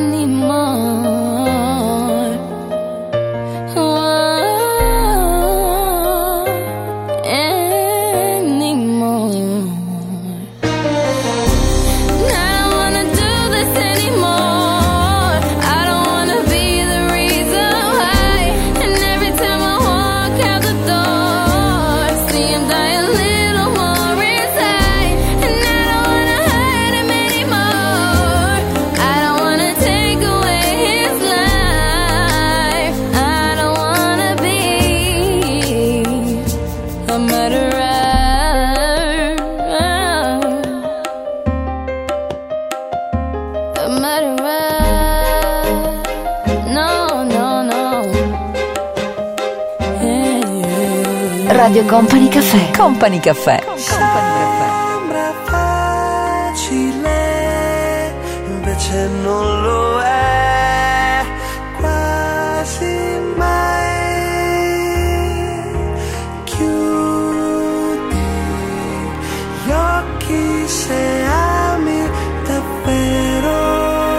anymore. Oh, anymore. I don't wanna do this anymore. I don't wanna be the reason why. And every time I walk out the door, see him die a little more inside. And I don't wanna hurt him anymore. I don't wanna take away his life. I don't wanna be a murderer. A murderer. No, no, no. Yeah. Radio Company Cafè. Company Cafè. Sembra facile, invece non lo è, quasi mai. Chiudi gli occhi se ami davvero.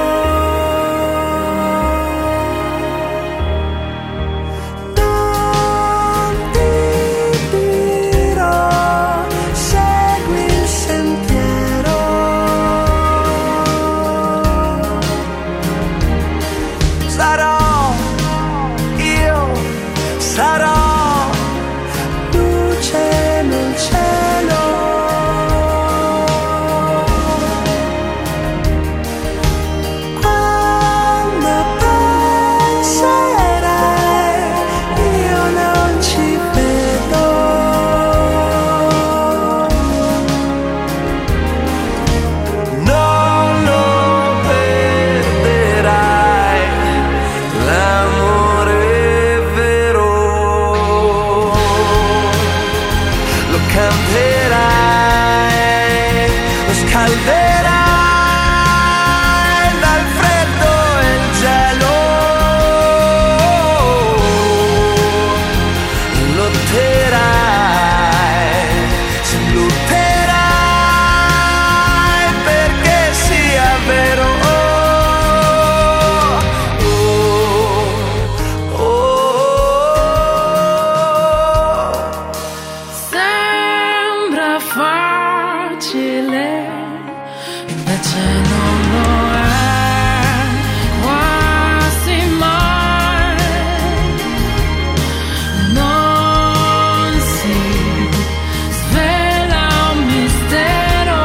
Non ti dirò, segui il sentiero. Sarò, io sarò luce nel cielo. Quando penserai io non ci vedo. Non lo perderai, l'amore vero. Lo canterai, lo scalderai dal freddo e il gelo. Lotterai, si lotterai perché sia vero. Oh, oh, oh. Sembra facile, invece non lo è, quasi mai. Non si svela un mistero.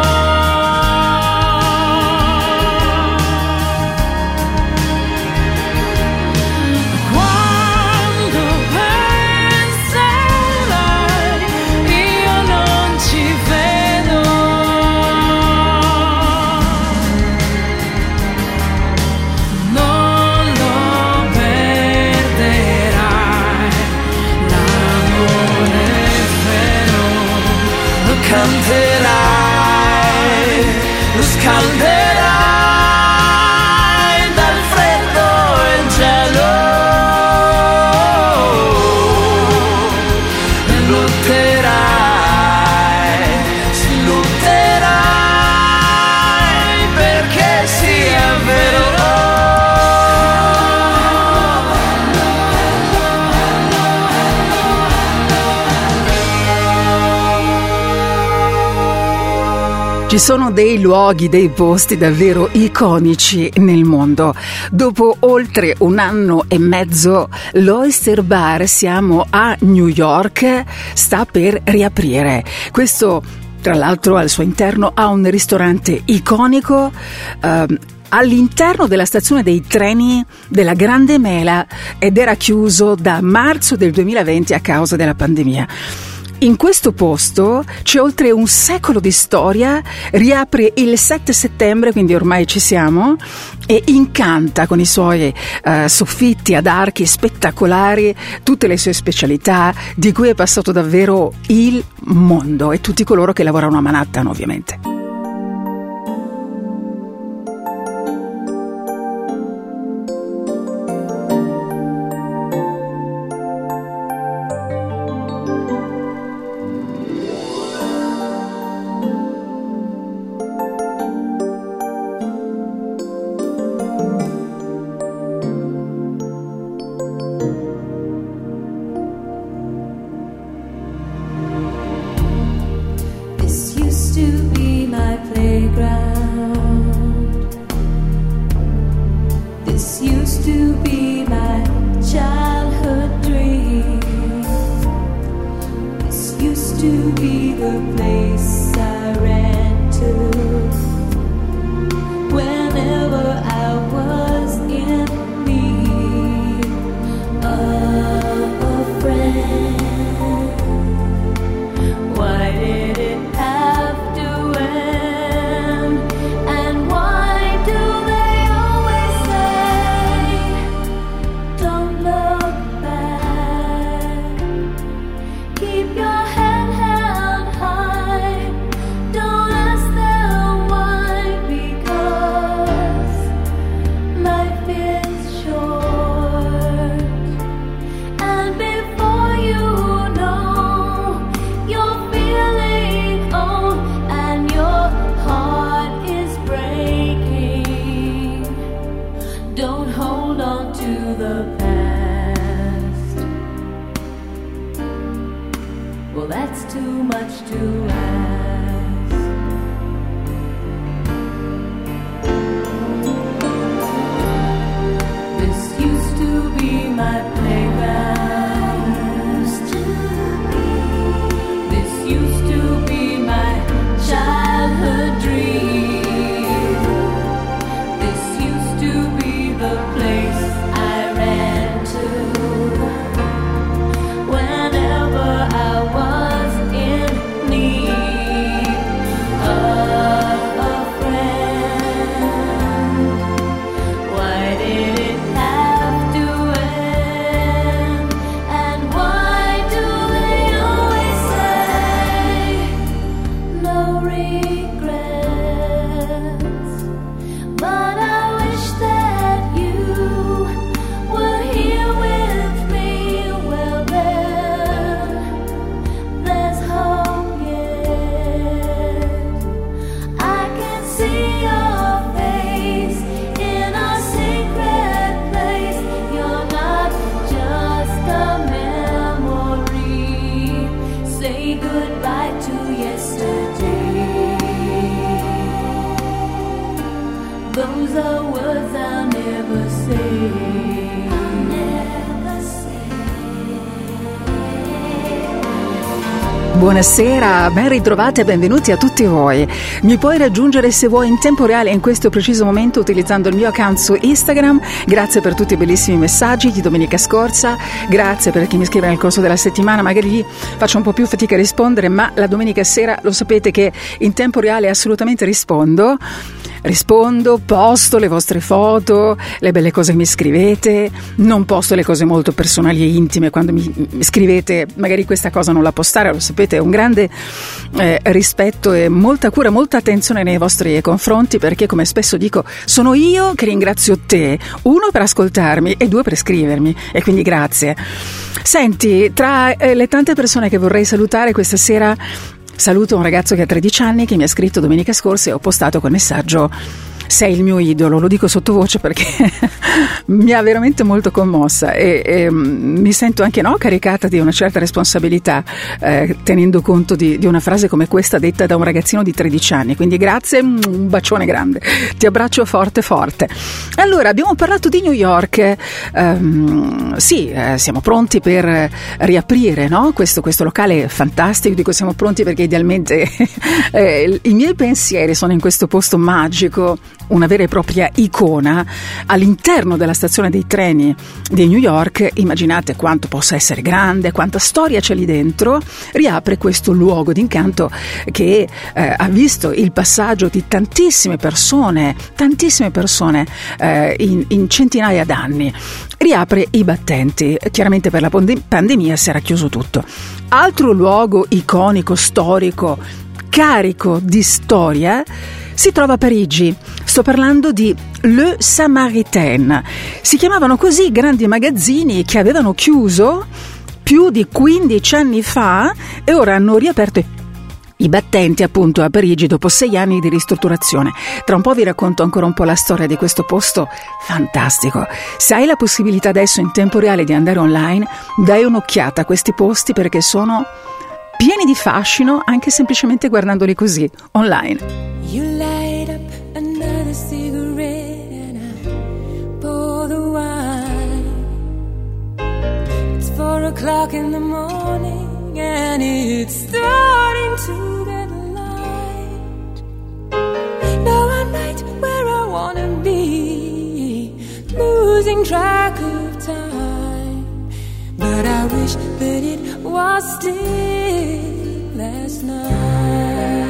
Quando penserai io non ci vedo. Non lo perderai, l'amore vero. Lo canterai, lo scalderai dal freddo e il gelo. E lotterai, si lotterai perché sia vero. Ci sono dei luoghi, dei posti davvero iconici nel mondo. Dopo oltre un anno e mezzo, l'Oyster Bar, siamo a New York, sta per riaprire. Questo, tra l'altro, al suo interno ha un ristorante iconico eh, all'interno della stazione dei treni della Grande Mela, ed era chiuso da marzo del duemilaventi a causa della pandemia. In questo posto c'è oltre un secolo di storia, riapre il sette settembre, quindi ormai ci siamo, e incanta con i suoi uh, soffitti ad archi spettacolari, tutte le sue specialità, di cui è passato davvero il mondo, e tutti coloro che lavorano a Manhattan, ovviamente. Buonasera, ben ritrovati e benvenuti a tutti voi. Mi puoi raggiungere se vuoi in tempo reale in questo preciso momento utilizzando il mio account su Instagram. Grazie per tutti i bellissimi messaggi di domenica scorsa, grazie per chi mi scrive nel corso della settimana, magari lì faccio un po' più fatica a rispondere, ma la domenica sera lo sapete che in tempo reale assolutamente rispondo. Rispondo, posto le vostre foto, le belle cose che mi scrivete, non posto le cose molto personali e intime quando mi, mi scrivete, magari questa cosa non la postare, lo sapete, è un grande eh, rispetto e molta cura, molta attenzione nei vostri confronti, perché come spesso dico sono io che ringrazio te, uno per ascoltarmi e due per scrivermi, e quindi grazie. Senti, tra eh, le tante persone che vorrei salutare questa sera, saluto un ragazzo che ha tredici anni che mi ha scritto domenica scorsa e ho postato quel messaggio sei il mio idolo, lo dico sottovoce perché mi ha veramente molto commossa e, e mi sento anche no, caricata di una certa responsabilità eh, tenendo conto di, di una frase come questa detta da un ragazzino di tredici anni, quindi grazie, un bacione grande, ti abbraccio forte forte. Allora, abbiamo parlato di New York, um, sì, eh, siamo pronti per riaprire, no? questo, questo locale fantastico, dico siamo pronti perché idealmente eh, i miei pensieri sono in questo posto magico, una vera e propria icona all'interno della stazione dei treni di New York. Immaginate quanto possa essere grande, quanta storia c'è lì dentro. Riapre questo luogo d'incanto che eh, ha visto il passaggio di tantissime persone, tantissime persone eh, in, in centinaia d'anni. Riapre i battenti, chiaramente per la pandemia si era chiuso tutto. Altro luogo iconico, storico, carico di storia si trova a Parigi. Sto parlando di Le Samaritain. Si chiamavano così i grandi magazzini che avevano chiuso più di quindici anni fa e ora hanno riaperto i battenti appunto a Parigi dopo sei anni di ristrutturazione. Tra un po' vi racconto ancora un po' la storia di questo posto fantastico. Se hai la possibilità adesso in tempo reale di andare online, dai un'occhiata a questi posti perché sono pieni di fascino anche semplicemente guardandoli così online. You light up another cigarette and I pour the wine. It's four o'clock in the morning and it's starting to get light. Now I'm right where I wanna be, losing track of time. But I wish that it was still last night.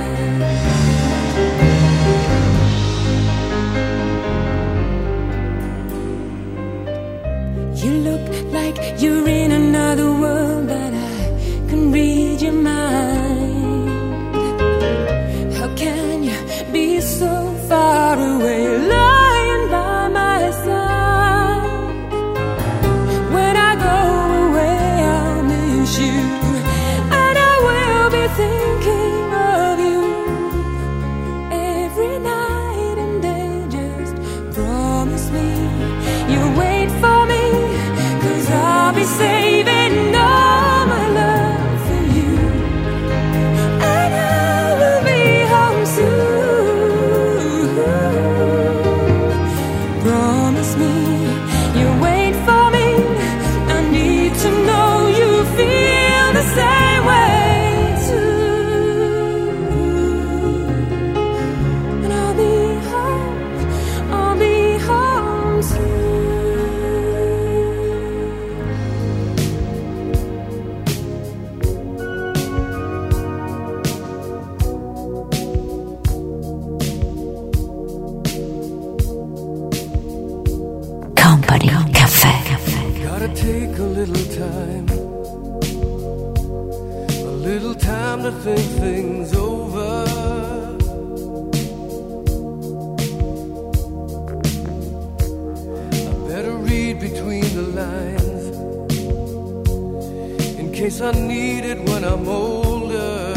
You look like you're in another world, but I can read your mind. How can you be so far away, lying by my side? When I go away, I'll miss you, and I will be thinking of you every night and day. Just promise me you'll wait for me, I'll be saving all my love for you, and I will be home soon. Promise me you'll wait for me. I need to know you feel the same way too. And I'll be home, I'll be home soon. Take a little time, a little time to think things over. I better read between the lines in case I need it when I'm older.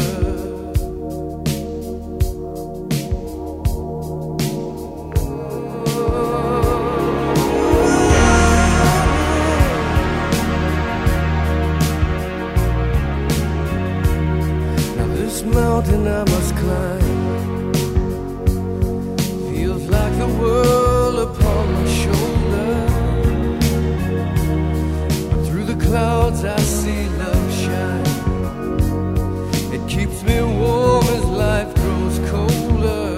Mountain I must climb feels like the world upon my shoulder. Through the clouds I see love shine. It keeps me warm as life grows colder.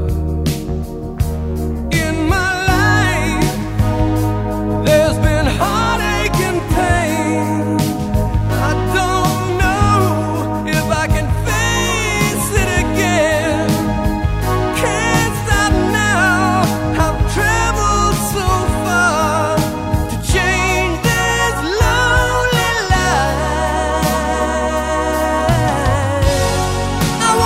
In my life there's been heartache and pain. I don't know if I can I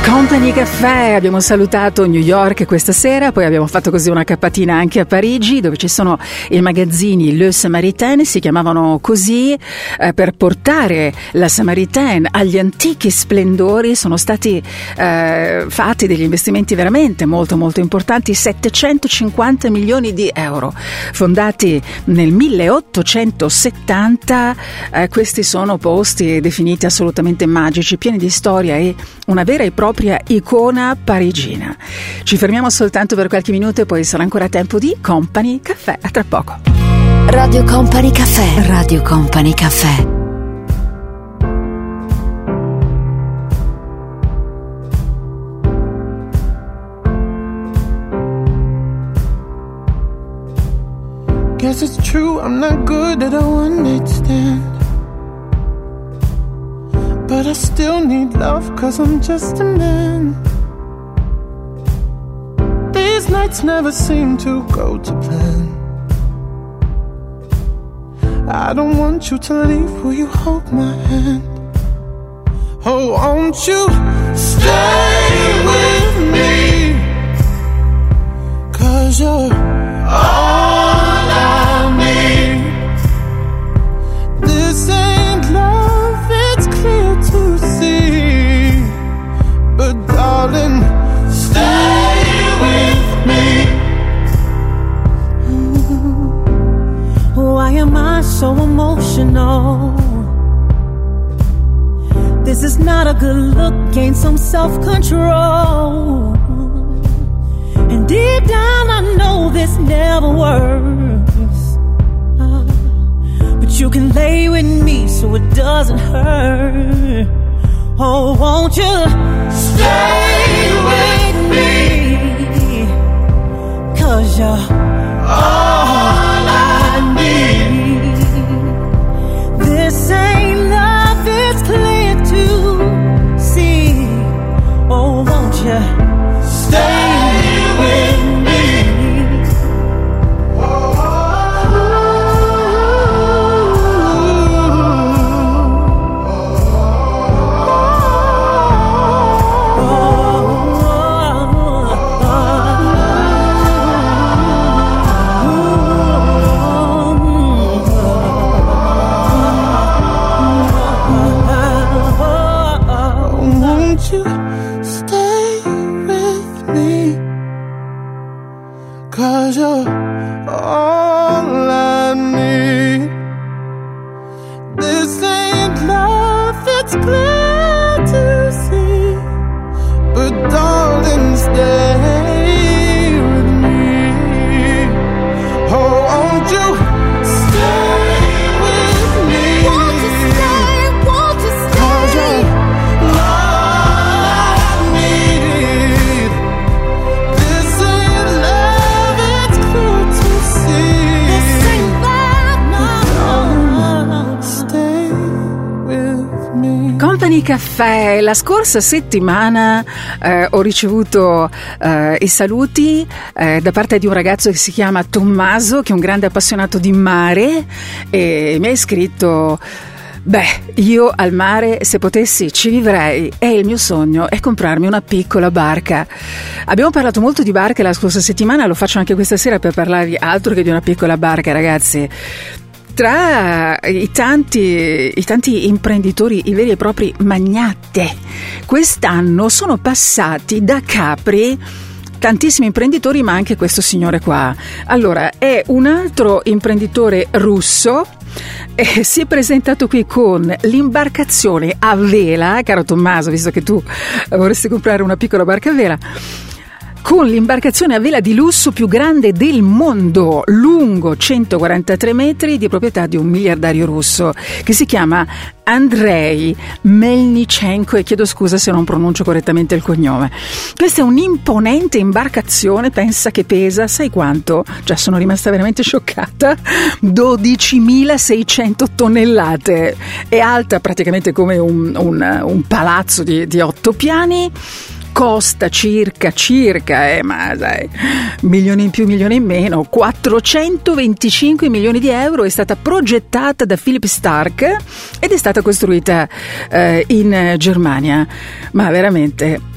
Company Café, abbiamo salutato New York questa sera, poi abbiamo fatto così una capatina anche a Parigi, dove ci sono i magazzini Le Samaritain, si chiamavano così eh, per portare la Samaritain agli antichi splendori. Sono stati eh, fatti degli investimenti veramente molto molto importanti, settecentocinquanta milioni di euro, fondati nel milleottocentosettanta. Eh, questi sono posti definiti assolutamente magici, pieni di storia e una vera e propria icona parigina. Ci fermiamo soltanto per qualche minuto e poi sarà ancora tempo di Company Café. A tra poco. Radio Company Café. Radio Company Café. Guess it's true, I'm not good at a one-night stand, but I still need love, cause I'm just a man. These nights never seem to go to plan. I don't want you to leave, will you hold my hand? Oh, won't you stay with me? Cause you're all I need. This ain't love, it's clear to see, but darling, stay with me. Why am I so emotional? This is not a good look, gain some self-control. And deep down I know this never works, uh, but you can lay with me so it doesn't hurt. Oh, won't you stay with me? Cause you're all I need. This ain't love, it's clear to see. Oh, won't you stay with me? Cause you're all I need. This ain't love, it's clear to see, but darling, stay with me. Oh, won't you stay with me? Won't you stay, won't you stay? Cause you're all I need. This ain't love, it's clear to see. This ain't love, no. Stay with me. Company Café, la scorsa settimana eh, ho ricevuto eh, i saluti eh, da parte di un ragazzo che si chiama Tommaso, che è un grande appassionato di mare, e mi ha scritto: beh, io al mare se potessi ci vivrei, e il mio sogno è comprarmi una piccola barca. Abbiamo parlato molto di barche la scorsa settimana, lo faccio anche questa sera per parlarvi altro che di una piccola barca, ragazzi. Tra i tanti, i tanti imprenditori, i veri e propri magnate, quest'anno sono passati da Capri tantissimi imprenditori, ma anche questo signore qua. Allora, è un altro imprenditore russo e si è presentato qui con l'imbarcazione a vela, caro Tommaso, visto che tu vorresti comprare una piccola barca a vela, con l'imbarcazione a vela di lusso più grande del mondo, lungo centoquarantatré metri, di proprietà di un miliardario russo che si chiama Andrei Melnichenko, e chiedo scusa se non pronuncio correttamente il cognome. Questa è un'imponente imbarcazione, pensa che pesa, sai quanto? Già sono rimasta veramente scioccata, dodicimilaseicento tonnellate, è alta praticamente come un, un, un palazzo di, di otto piani. Costa circa, circa, eh, ma sai, milioni in più, milioni in meno, quattrocentoventicinque milioni di euro. È stata progettata da Philip Stark ed è stata costruita eh, in Germania. Ma veramente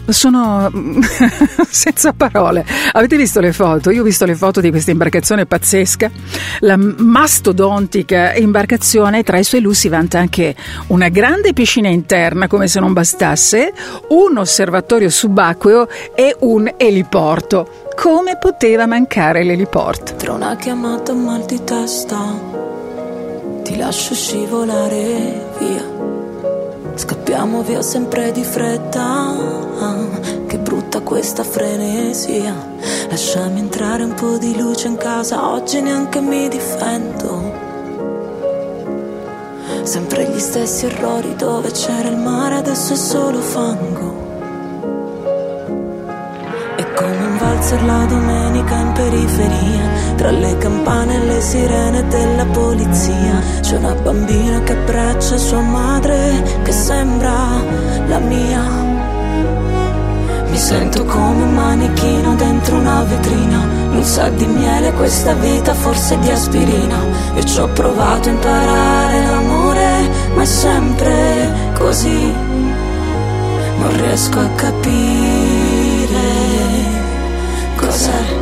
sono senza parole. Avete visto le foto? Io ho visto le foto di questa imbarcazione pazzesca, la mastodontica imbarcazione. Tra i suoi lussi vanta anche una grande piscina interna, come se non bastasse, un osservatorio subacqueo e un eliporto. Come poteva mancare l'eliporto? Tra una chiamata e un mal di testa ti lascio scivolare via. Scappiamo via sempre di fretta, che brutta questa frenesia. Lasciami entrare un po' di luce in casa, oggi neanche mi difendo. Sempre gli stessi errori, dove c'era il mare adesso è solo fango. È come un valzer la domenica in periferia, tra le campane e le sirene della polizia. C'è una bambina che abbraccia sua madre, che sembra la mia. Mi sento come un manichino dentro una vetrina, non sa di miele questa vita, forse di aspirina. Io ci ho provato a imparare l'amore, ma è sempre così. Non riesco a capire cos'è.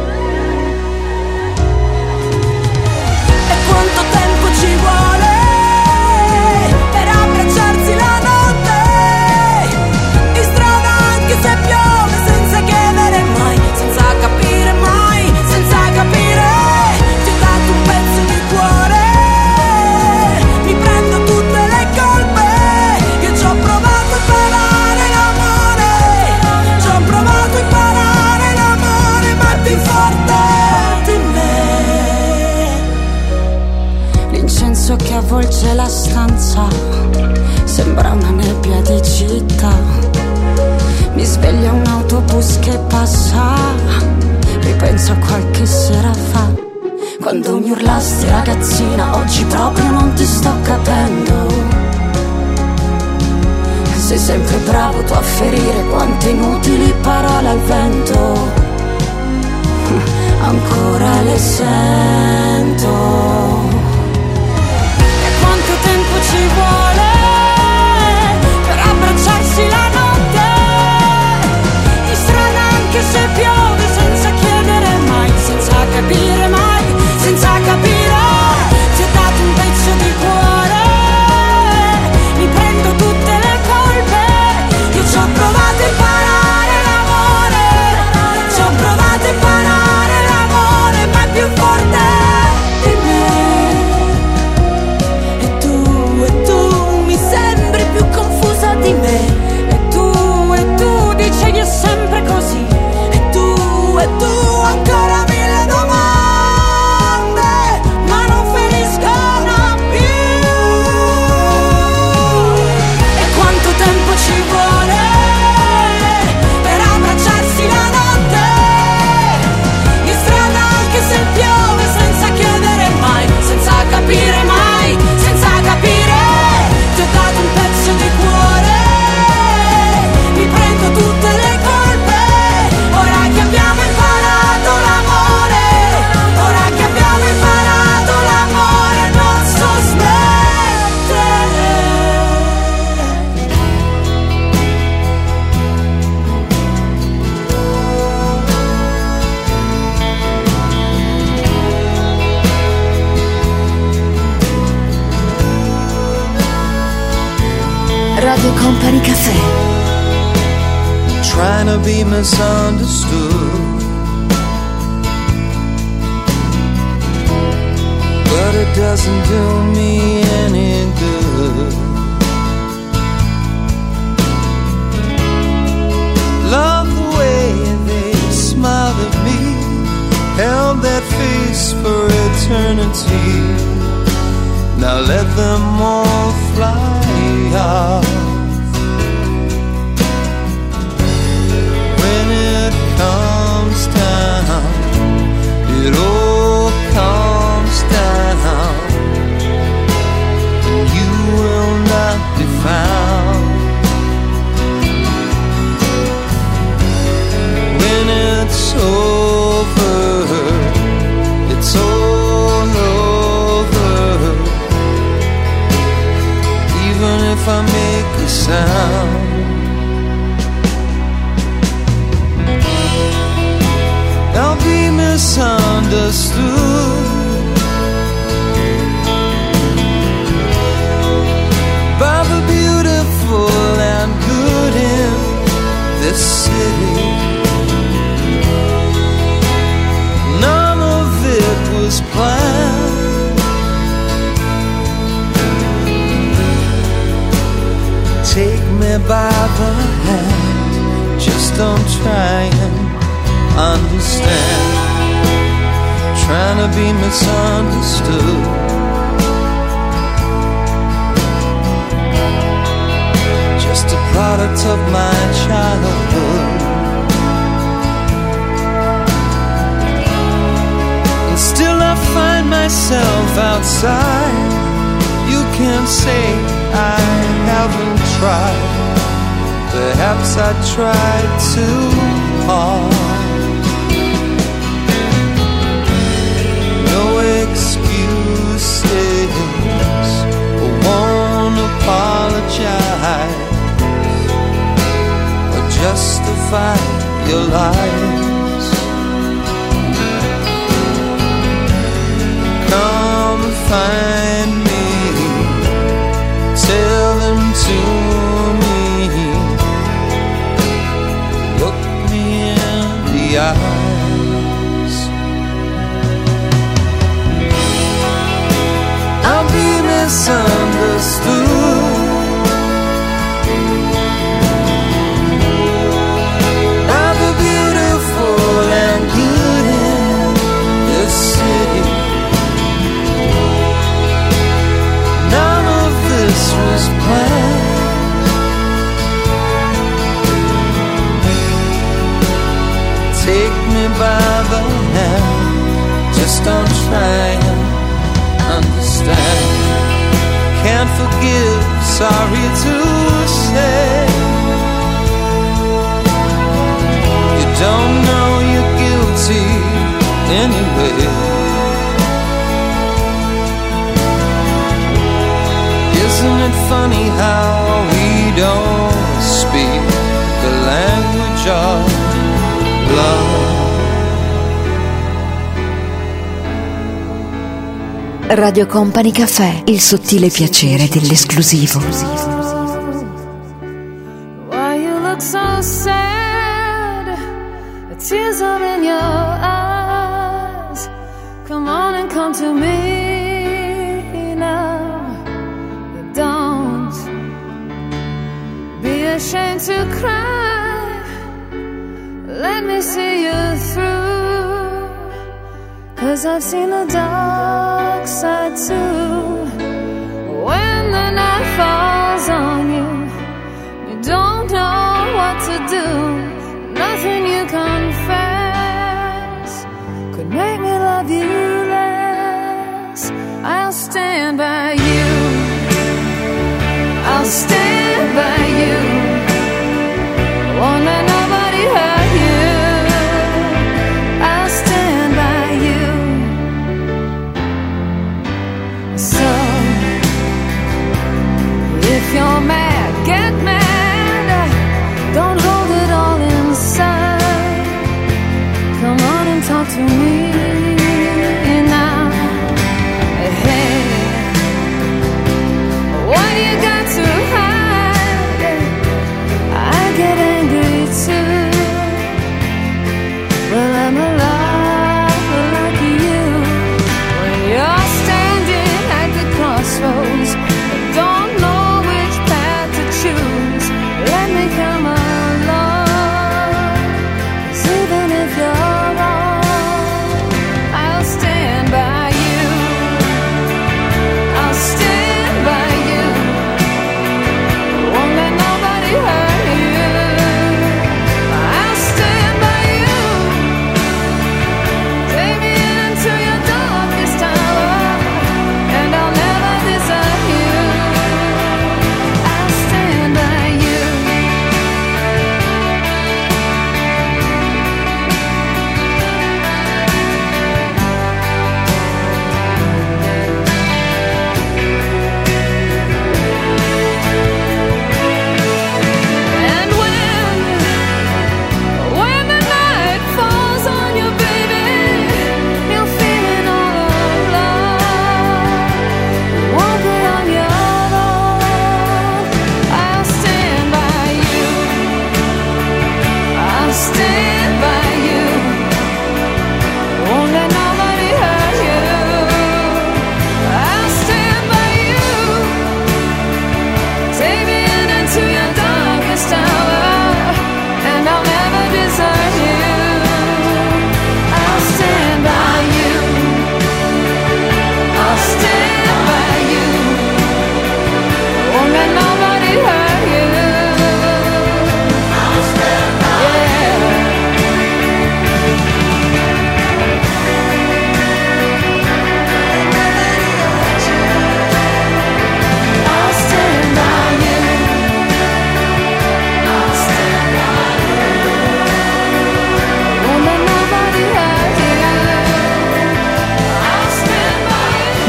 E quanto tempo ci vuole per abbracciarsi la notte, in strada anche se piove, senza chiedere mai, senza capire mai, senza capire. Ti ho dato un pezzo di cuore, mi prendo tutte le colpe. Io ci ho provato a imparare l'amore, ci ho provato a imparare l'amore, ma è più forte di me. L'incenso che avvolge la stanza sembra una nebbia di città. Mi sveglia un autobus che passa, ripenso a qualche sera fa, quando mi urlasti ragazzina, oggi proprio non ti sto capendo. Sei sempre bravo tu a ferire quante inutili parole al vento, ancora le sento. E quanto tempo ci vuole per abbracciarsi la notte, in strada anche se piove, senza chiedere mai, senza capire mai, senza capire. Ti ho dato un pezzo di cuore, mi prendo tutte le colpe. Io ci ho provato a imparare l'amore, ci ho provato a imparare l'amore, ma è più forte di me. E tu, e tu mi sembri più confusa di me. E tu, e tu dici che è sempre così. E tu, e tu ancora mille domande, ma non finiscono più. E quanto tempo ci vuole per abbracciarsi la notte, in strada anche se piove, senza chiedere mai, senza capire mai, senza capire. Ti ho dato un pezzo di cuore, mi prendo tutte le colpe. Ora che abbiamo imparato l'amore, ora che abbiamo imparato l'amore, non so smettere. Radio Company Café. Trying to be misunderstood, but it doesn't do me any good. Love the way they smiled at me, held that face for eternity. Now let them all fly off. When it comes down, it all comes down, and you will not be found. When it's over, it's all over. Even if I make this plan. Take me by the hand, just don't try and understand. Trying to be misunderstood. Just a product of my childhood. And still I find myself outside. You can't say I haven't tried. Perhaps I tried too hard. No excuses, I won't apologize or justify your lies. Come and find me, tell them to me, look me in the eye. I'll be misunderstood. I'll be beautiful and good in this city. None of this was planned. Take me by the hand, just don't try and understand. Can't forgive, sorry to say. You don't know you're guilty anyway. Isn't it funny how we don't speak the language of love? Radio Company Cafè, il sottile piacere dell'esclusivo. Why you look so sad? The tears are in your eyes. Come on and come to me now. Don't be ashamed to cry. Let me see you through. 'Cause I've seen the dark side too. When the night falls on you, you don't know what to do. Nothing you confess could make me love you less. I'll stand by you. I'll stand by you. Won't let nobody hurt you. I'll stand by you. So if you're mad,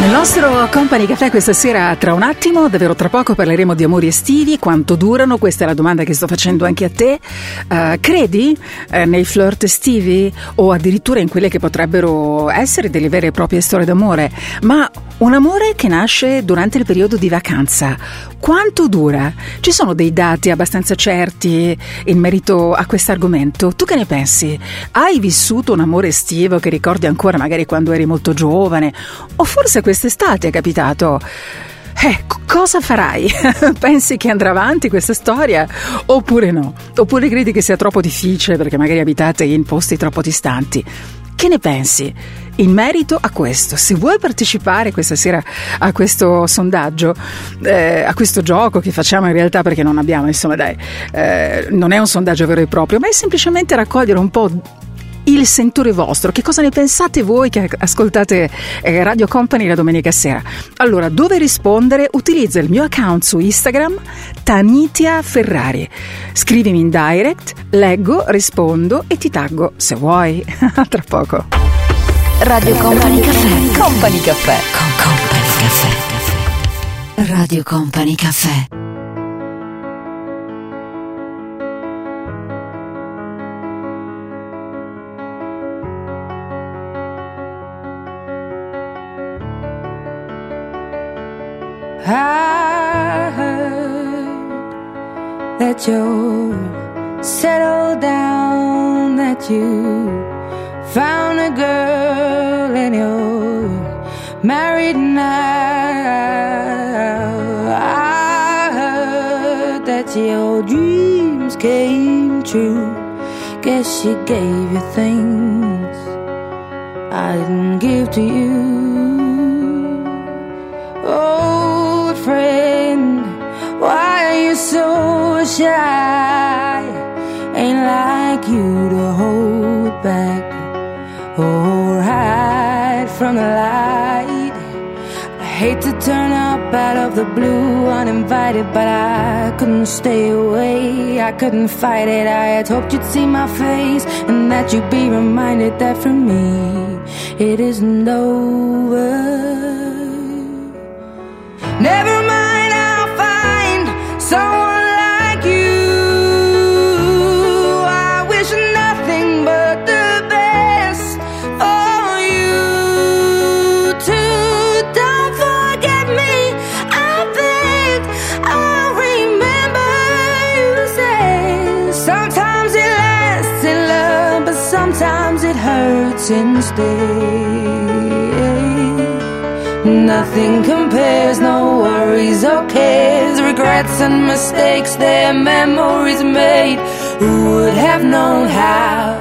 Nel nostro Company Café questa sera, tra un attimo, davvero tra poco, parleremo di amori estivi. Quanto durano? Questa è la domanda che sto facendo anche a te. Uh, credi uh, nei flirt estivi o addirittura in quelle che potrebbero essere delle vere e proprie storie d'amore? Ma un amore che nasce durante il periodo di vacanza, quanto dura? Ci sono dei dati abbastanza certi in merito a questo argomento? Tu che ne pensi? Hai vissuto un amore estivo che ricordi ancora magari quando eri molto giovane? O forse quest'estate è capitato? Eh, cosa farai? Pensi che andrà avanti questa storia oppure no? Oppure credi che sia troppo difficile perché magari abitate in posti troppo distanti? Che ne pensi in merito a questo? Se vuoi partecipare questa sera a questo sondaggio, eh, a questo gioco che facciamo in realtà perché non abbiamo, insomma dai, eh, non è un sondaggio vero e proprio, ma è semplicemente raccogliere un po' il sentore vostro. Che cosa ne pensate voi che ascoltate eh, Radio Company la domenica sera? Allora, dove rispondere? Utilizza il mio account su Instagram, Tanitia Ferrari. Scrivimi in direct, leggo, rispondo e ti taggo se vuoi. Tra poco. Radio Company Café. Company Café. Con Company Café. Radio Company Café. I heard that you're settled down, that you found a girl and you're married now. I heard that your dreams came true. Guess she gave you things I didn't give to you. Oh, friend, why are you so shy? Ain't like you to hold back or hide from the light. I hate to turn up out of the blue uninvited, but I couldn't stay away, I couldn't fight it. I had hoped you'd see my face and that you'd be reminded that for me it isn't over. Never mind, I'll find someone like you. I wish nothing but the best for you too. Don't forget me, I beg. I remember you said sometimes it lasts in love, but sometimes it hurts instead. Nothing compares, no worries or cares, regrets and mistakes, their memories made. Who would have known how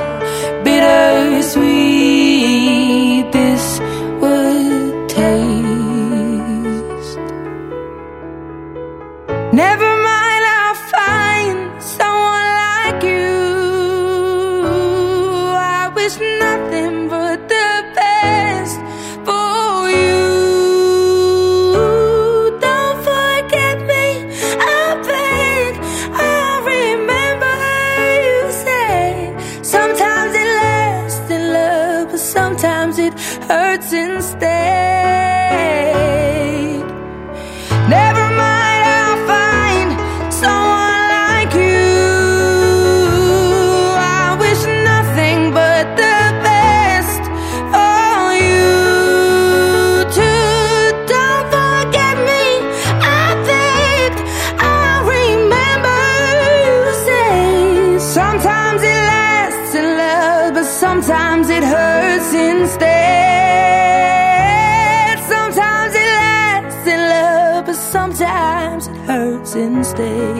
bittersweet this would taste? Never mind, I'll find someone like you. I wish nothing but the best for you. Hurts instead. Never mind, I'll find someone like you. I wish nothing but the best for you too. Don't forget me, I beg. I remember you say sometimes it lasts in love, but sometimes it hurts instead. Sometimes it hurts instead.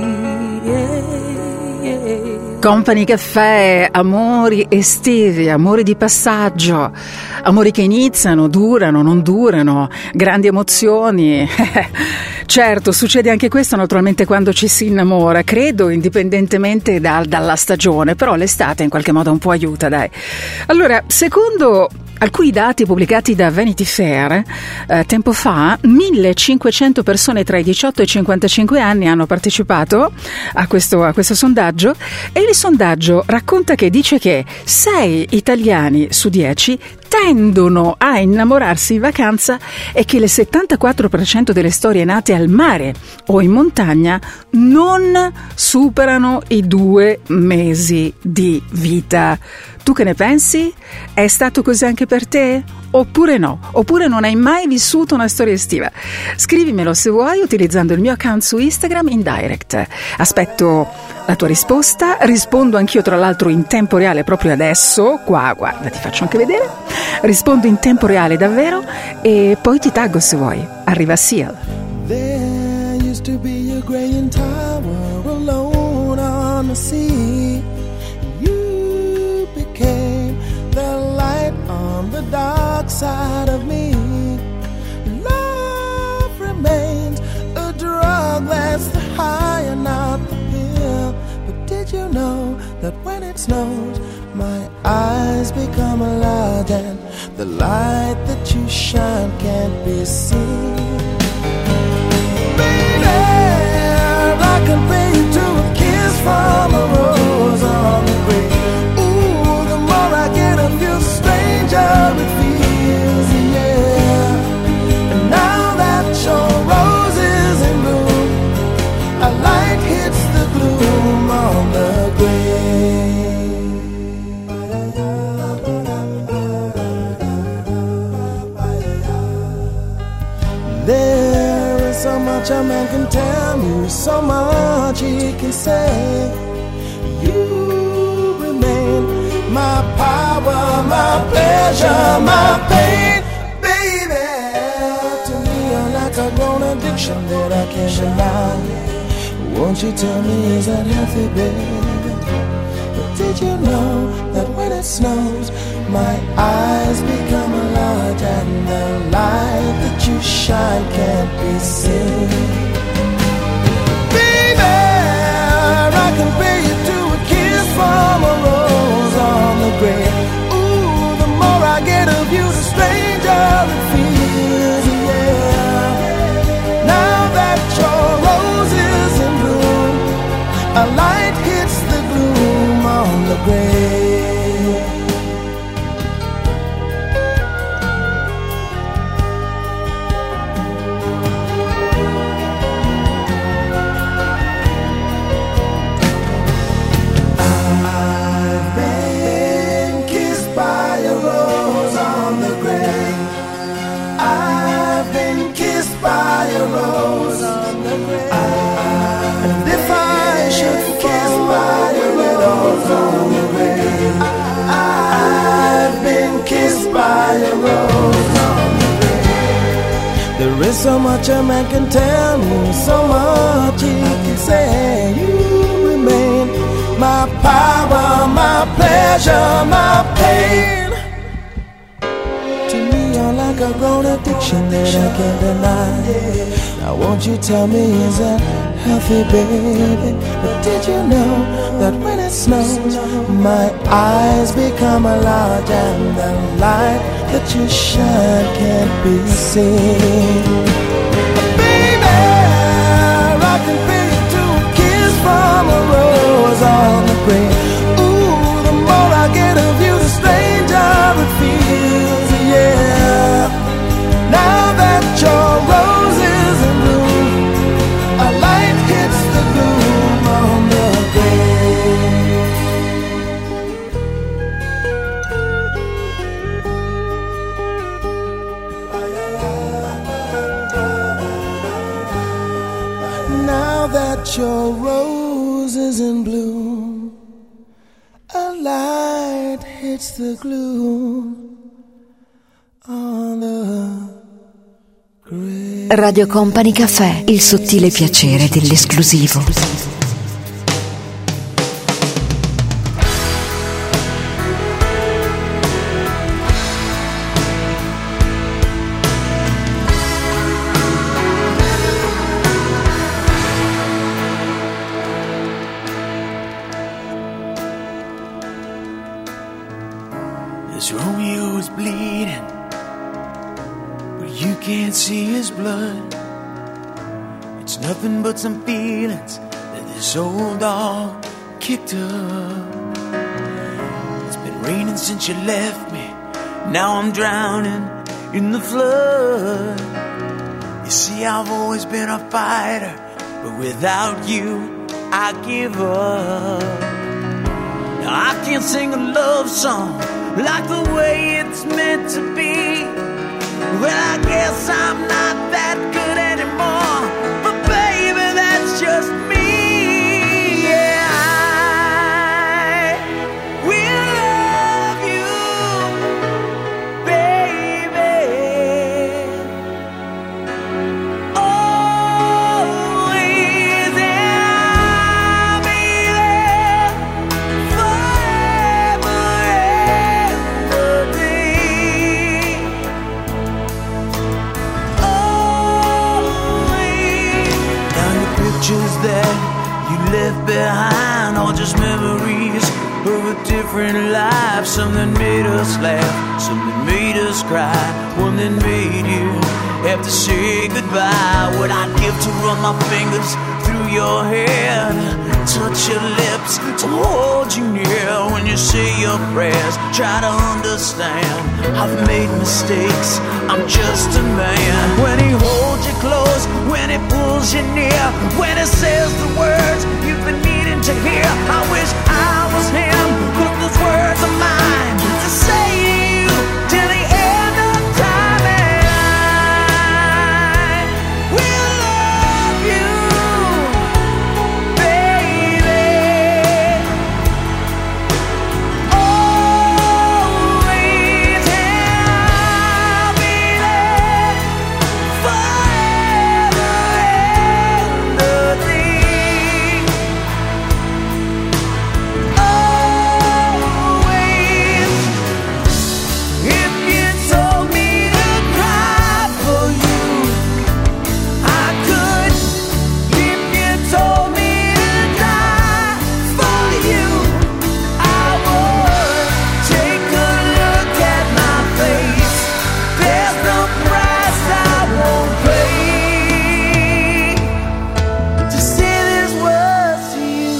Company Café, amori estivi, amori di passaggio, amori che iniziano, durano, non durano, grandi emozioni. Certo, succede anche questo naturalmente quando ci si innamora, credo, indipendentemente da, dalla stagione, però l'estate in qualche modo un po' aiuta, dai. Allora, secondo alcuni dati pubblicati da Vanity Fair eh, tempo fa, millecinquecento persone tra i diciotto e i cinquantacinque anni hanno partecipato a questo, a questo sondaggio, e il sondaggio racconta che dice che sei italiani su dieci tendono a innamorarsi in vacanza è che il settantaquattro per cento delle storie nate al mare o in montagna non superano i due mesi di vita. Tu che ne pensi? È stato così anche per te? Oppure no? Oppure non hai mai vissuto una storia estiva? Scrivimelo se vuoi utilizzando il mio account su Instagram in direct. Aspetto la tua risposta, rispondo anch'io tra l'altro in tempo reale proprio adesso, qua guarda ti faccio anche vedere, rispondo in tempo reale davvero e poi ti taggo se vuoi. Arriva Seal. There used to be a graying tower alone on the sea. You became the light on the dark side of me. Love remains a drug that's the high and not the pill. But did you know that when it snows, my eyes become a light and the light that you shine can't be seen? I can pay you to a kiss from a rose on the grave. Ooh, the more I get of you, the stranger it feels, yeah. And now that your rose is in bloom, a light hits the gloom on the grave. There is so much a man can tell me, so much he can say. You remain my power, my pleasure, my pain, baby. To me you're like a grown addiction that I can't deny. Won't you tell me, is that healthy, baby? But did you know that when it snows, my eyes become a light and the light that you shine can't be seen? Baby, I can pay you to a kiss from a rose on the grave. Ooh, the more I get of you, the stranger it feels, yeah. Now that your rose is in bloom, a light hits the gloom on the grave. There is so much a man can tell me, so much he can say. You remain my power, my pleasure, my pain. To me you're like a grown addiction that I can't deny. Now won't you tell me, is that healthy, baby? But did you know that when it snows, my eyes become a light and the light that you shine can't be seen? Baby, I can pay you to a kiss from a rose on the grave. Ooh, the more I get of you, the stranger it feels, yeah. Now that your rose is in bloom, a light hits the gloom on the grave. Now that your rose is in bloom, a light hits the gloom on the grave. Radio Company Cafè, il sottile piacere dell'esclusivo. This Romeo is bleeding, but you can't see his blood. It's nothing but some feelings that this old dog kicked up. It's been raining since you left me, Now I'm drowning in the flood. You see, I've always been a fighter, but without you, I give up. Now I can't sing a love song like the way it's meant to be. Well, I guess I'm not that good anymore, but baby, that's just me. Yeah, I will love you, baby, always, and I'll be there forever and a day. Pictures that you left behind, all just memories of a different life. Some that made us laugh, some that made us cry, one that made you have to say goodbye. What I'd give to run my fingers through your hair, touch your lips, to hold you near when you say your prayers. Try to understand, I've made mistakes, I'm just a man. When he holds you close, when he pulls you near, when he says the words you've been needing to hear. I wish I was him, but those words are mine to say to you till the end of time. And I will love you, baby, always, and I'll be there forever and a day. Always, if you told me to cry for you, I could. If you told me to die for you, I would. Take a look at my face, there's no price I won't pay to say these words to you.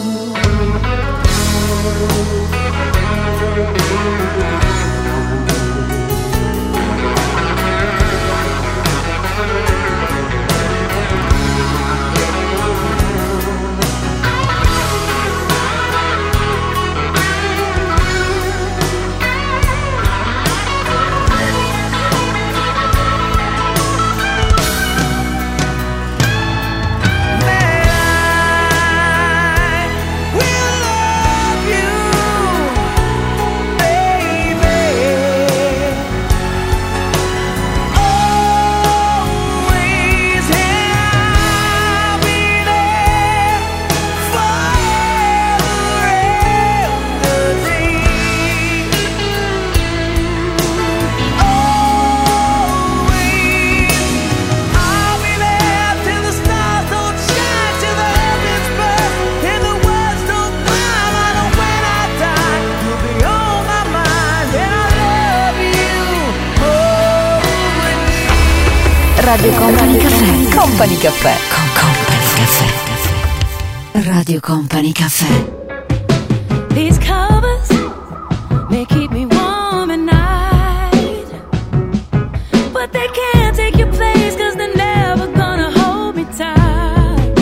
Radio Company Cafè. Company Cafè. Con Company Cafè. Radio Company Cafè. These covers may keep me warm at night, but they can't take your place, 'cause they're never gonna hold me tight.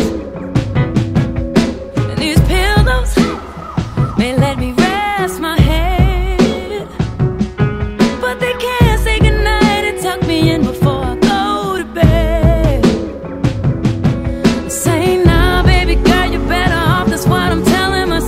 And these pillows may let me rest my head, but they can't say goodnight and tuck me in before I go to bed. Say now, baby girl, you're better off, that's what I'm telling myself.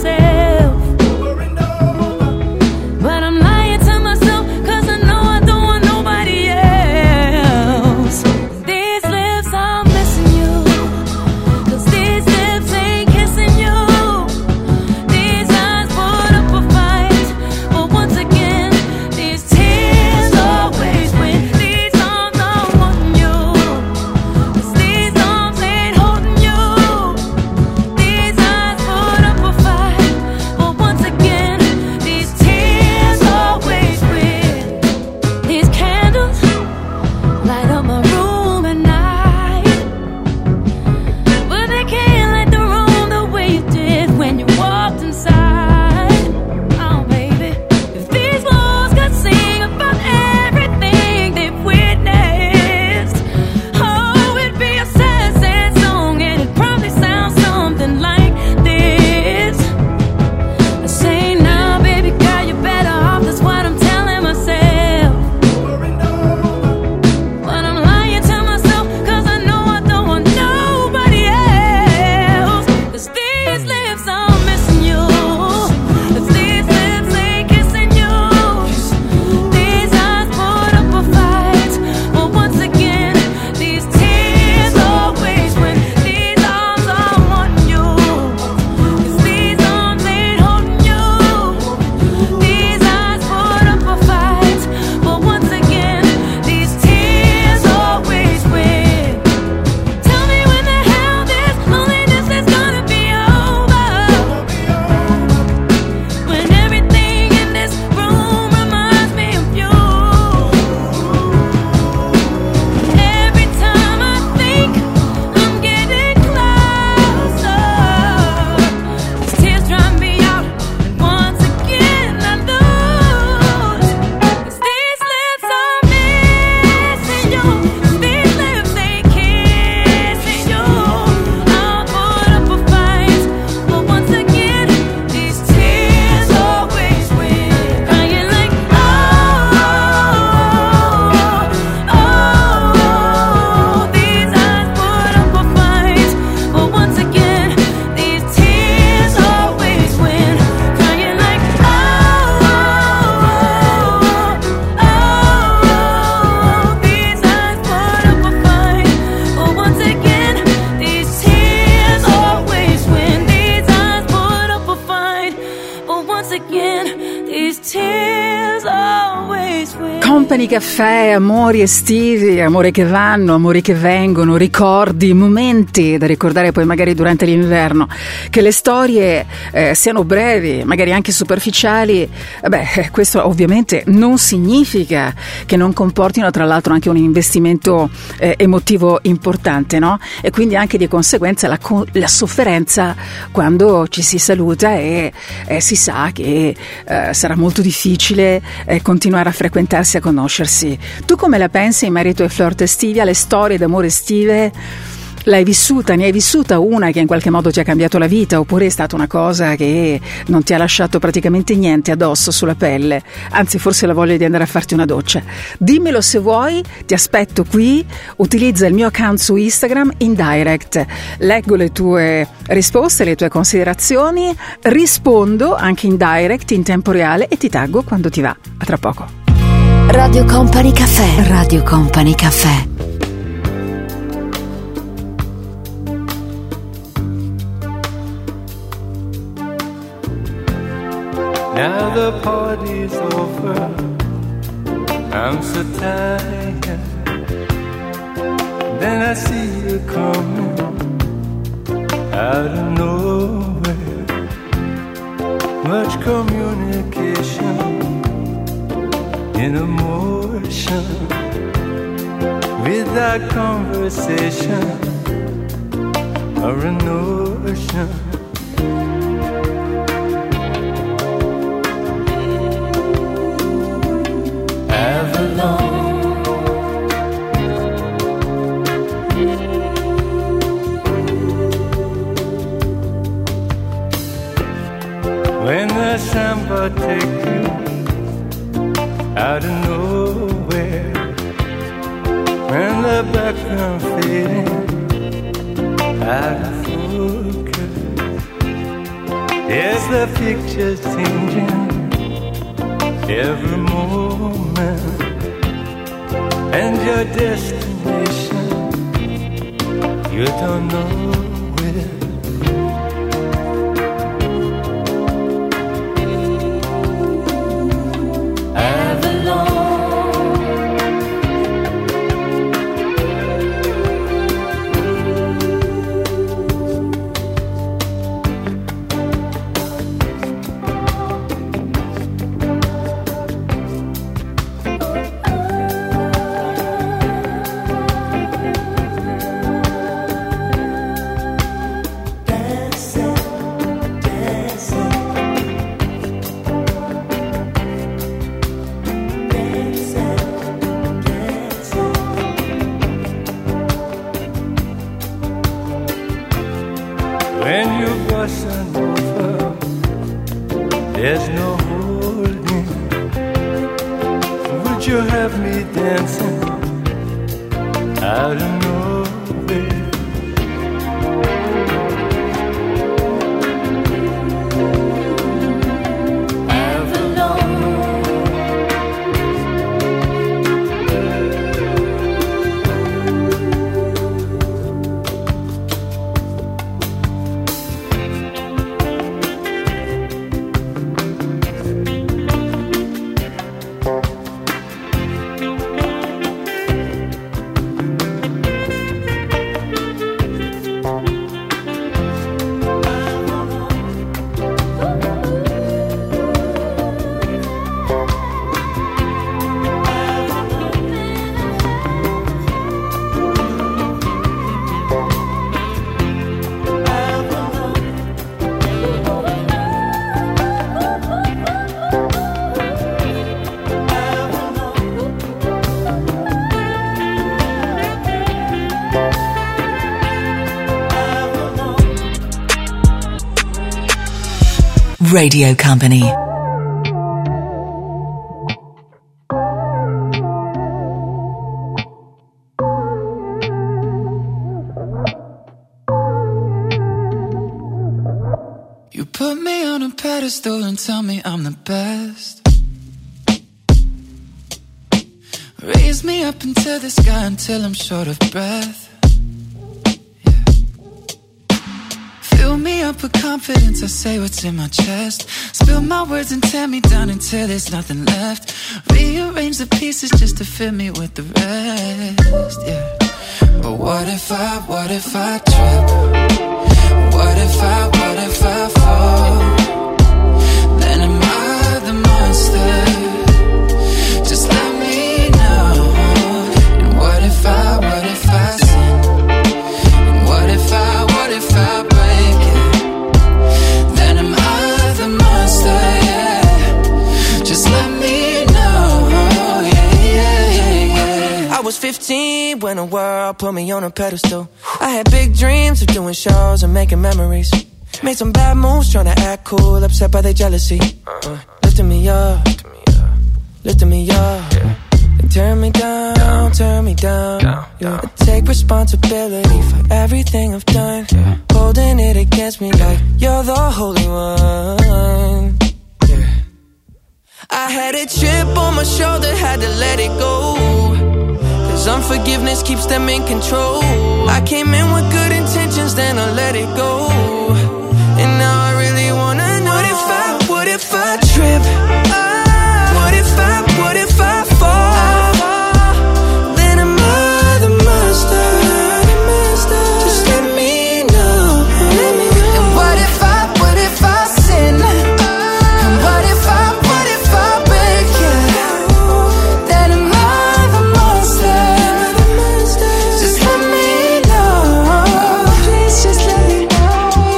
when these tears always will. Company Caffè, amori estivi, amori che vanno, amori che vengono, ricordi, momenti da ricordare poi magari durante l'inverno. Che le storie eh, siano brevi, magari anche superficiali, beh, questo ovviamente non significa che non comportino tra l'altro anche un investimento eh, emotivo importante, no? E quindi anche di conseguenza la, la sofferenza quando ci si saluta e eh, si sa che eh, sarà molto difficile eh, continuare a frequentarsi, a conoscersi. Tu come la pensi in merito ai flirt estivi, alle storie d'amore estive? L'hai vissuta? Ne hai vissuta una che in qualche modo ti ha cambiato la vita, oppure è stata una cosa che non ti ha lasciato praticamente niente addosso sulla pelle, anzi forse la voglia di andare a farti una doccia? Dimmelo se vuoi, ti aspetto qui, utilizza il mio account su Instagram in direct, leggo le tue risposte, le tue considerazioni, rispondo anche in direct in tempo reale e ti taggo quando ti va. A tra poco. Radio Company Caffè. Radio Company Caffè. Now the party's over, I'm so tired. Then I see you coming out of nowhere. Much communication in emotion, without conversation or a notion. When the samba take you out of nowhere, when the background fading out of focus, yes, the picture's changing every moment, and your destination you don't know where. When you bustin' over, there's no holding. Would you have me dancing out of nowhere? Radio Company. You put me on a pedestal and tell me I'm the best. Raise me up into the sky until I'm short of breath. Yeah. Fill me up with confidence, I say what's in my chest. Spill my words and tear me down until there's nothing left. Rearrange the pieces just to fill me with the rest, yeah. But what if I, what if I trip? What if I, what if I fall? Then am I the monster? Just let me know. And what if I, what if I sin? And what if I, what if I break it? Then am I the monster, yeah. Just let me know, yeah, yeah, yeah, yeah. I was fifteen when the world put me on a pedestal. I had big dreams of doing shows and making memories. Made some bad moves trying to act cool, upset by their jealousy. Uh, lifting me up, lifting me up. They turn me down, turn me down. Yeah. I take responsibility for everything I've done. Holding it against me like you're the holy one. Yeah. I had a chip on my shoulder, had to let it go. Cause unforgiveness keeps them in control. I came in with good intentions, then I let it go. And now I really wanna know. What if I, what if I trip? What if I, what if I fall? Then am I the monster? Just let me know. And what if I, what if I sin? And what if I, what if I break it? Then am I the monster? Just let me know. Please just let me know.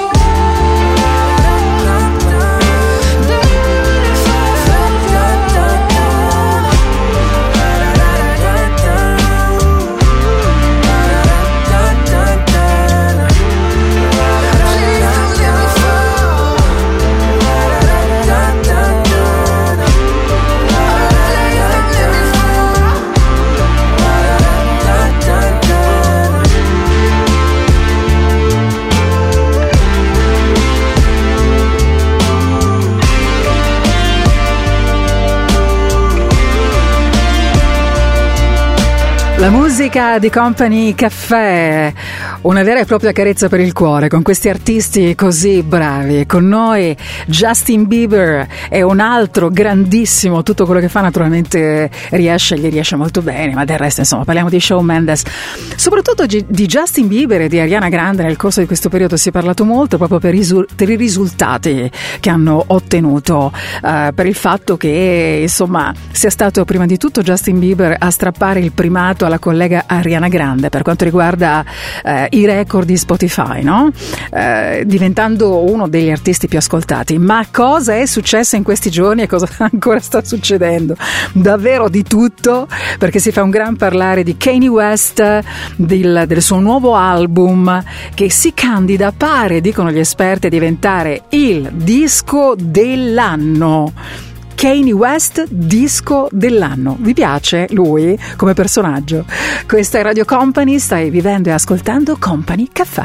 La musica di Company Cafè, una vera e propria carezza per il cuore, con questi artisti così bravi. Con noi Justin Bieber è un altro grandissimo, tutto quello che fa naturalmente riesce, gli riesce molto bene, ma del resto insomma parliamo di Shawn Mendes. Soprattutto di Justin Bieber e di Ariana Grande nel corso di questo periodo si è parlato molto proprio per, isu- per i risultati che hanno ottenuto, uh, per il fatto che insomma sia stato prima di tutto Justin Bieber a strappare il primato alla collega Ariana Grande per quanto riguarda eh, i record di Spotify, no? Eh, diventando uno degli artisti più ascoltati. Ma cosa è successo in questi giorni e cosa ancora sta succedendo? Davvero di tutto, perché si fa un gran parlare di Kanye West, del, del suo nuovo album che si candida, pare, dicono gli esperti, a diventare il disco dell'anno. Kanye West, disco dell'anno. Vi piace lui come personaggio? Questa è Radio Company, stai vivendo e ascoltando Company Cafè.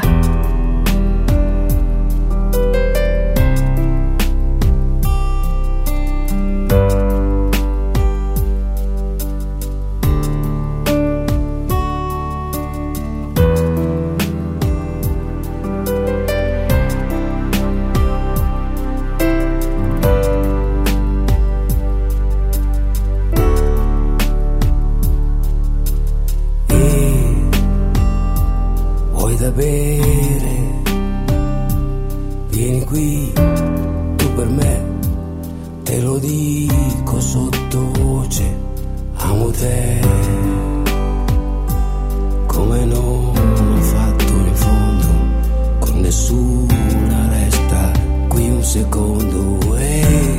Da bere, vieni qui, tu per me, te lo dico sottovoce, amo te, come non ho fatto in fondo, con nessuna resta qui un secondo, e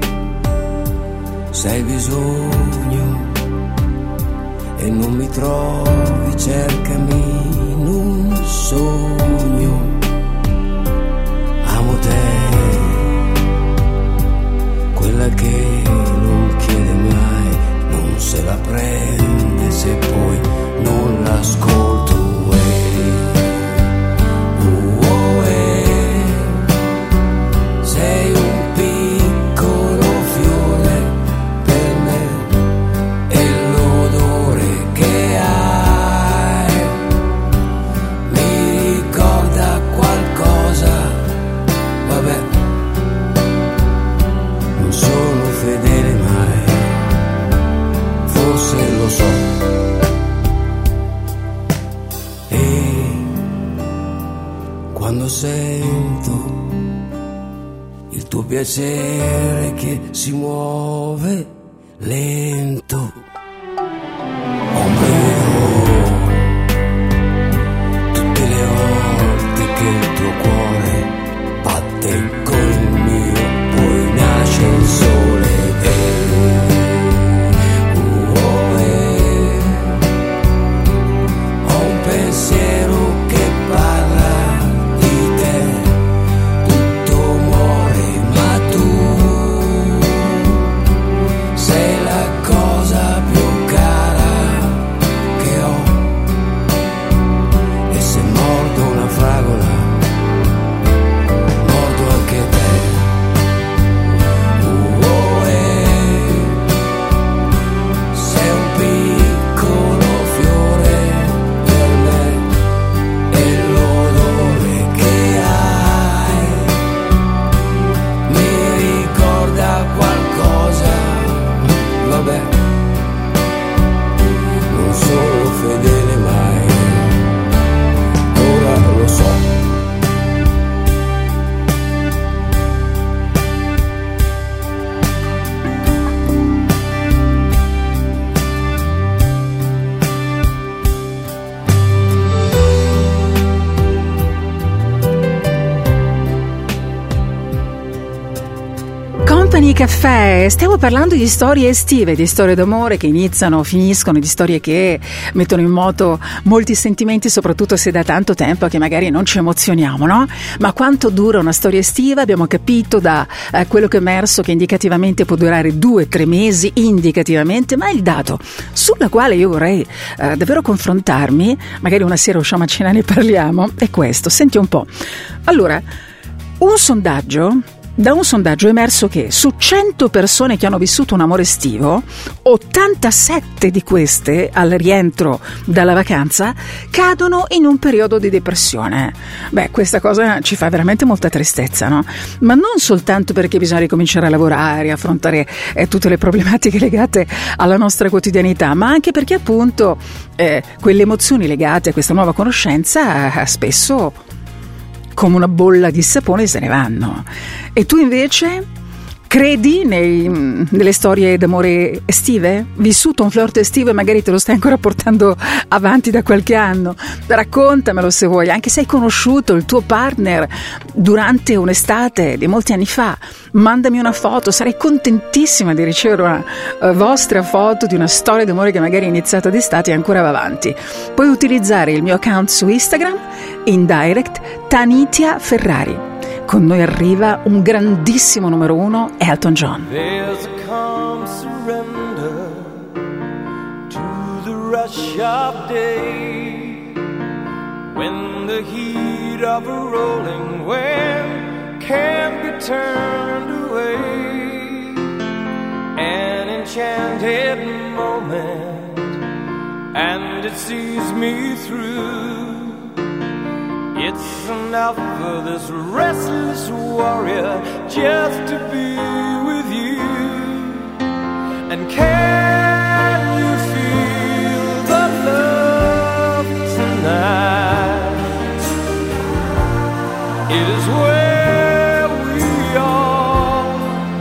se hai bisogno e non mi trovi, cercami in un sogno, amo te, quella che non chiede mai, non se la prende se poi non l'ascolto, eh. Oh, oh, eh. Sei un piccolo fiore per me e l'odore che hai mi ricorda qualcosa sento, il tuo piacere che si muove lento. Ombrero, tutte le volte che il tuo cuore batte con il mio, poi nasce il sole e oh, eh. Ho un pensiero che parla di te, tutto muore ma tu sei la cosa più cara che ho, e se mordo una fragola mordo anche te. Oh, eh. Sei un piccolo fiore per me e l'odore che hai mi ricorda qualcosa. Vabbè, non sono fedele mai, ora lo so. Company Caffè, stiamo parlando di storie estive, di storie d'amore che iniziano, finiscono, di storie che mettono in moto molti sentimenti, soprattutto se da tanto tempo che magari non ci emozioniamo, no? Ma quanto dura una storia estiva? Abbiamo capito da eh, quello che è emerso che indicativamente può durare due, tre mesi, indicativamente, ma il dato sulla quale io vorrei eh, davvero confrontarmi, magari una sera usciamo a cena e ne parliamo, è questo. Senti un po'. Allora, un sondaggio Da un sondaggio è emerso che su cento persone che hanno vissuto un amore estivo, ottantasette di queste, al rientro dalla vacanza, cadono in un periodo di depressione. Beh, questa cosa ci fa veramente molta tristezza, no? Ma non soltanto perché bisogna ricominciare a lavorare, affrontare eh, tutte le problematiche legate alla nostra quotidianità, ma anche perché appunto eh, quelle emozioni legate a questa nuova conoscenza eh, spesso come una bolla di sapone se ne vanno. E tu invece credi nei, nelle storie d'amore estive? Vissuto un flirt estivo e magari te lo stai ancora portando avanti da qualche anno? Raccontamelo se vuoi, anche se hai conosciuto il tuo partner durante un'estate di molti anni fa. Mandami una foto, sarei contentissima di ricevere una uh, vostra foto di una storia d'amore che magari è iniziata d'estate e ancora va avanti. Puoi utilizzare il mio account su Instagram, in direct, Tanitia Ferrari. Con noi arriva un grandissimo numero uno, Elton John. There's a calm surrender to the rush of day, when the heat of a rolling wave can't be turned away. An enchanted moment, and it sees me through. It's enough for this restless warrior just to be with you. And can you feel the love tonight? It is where we are.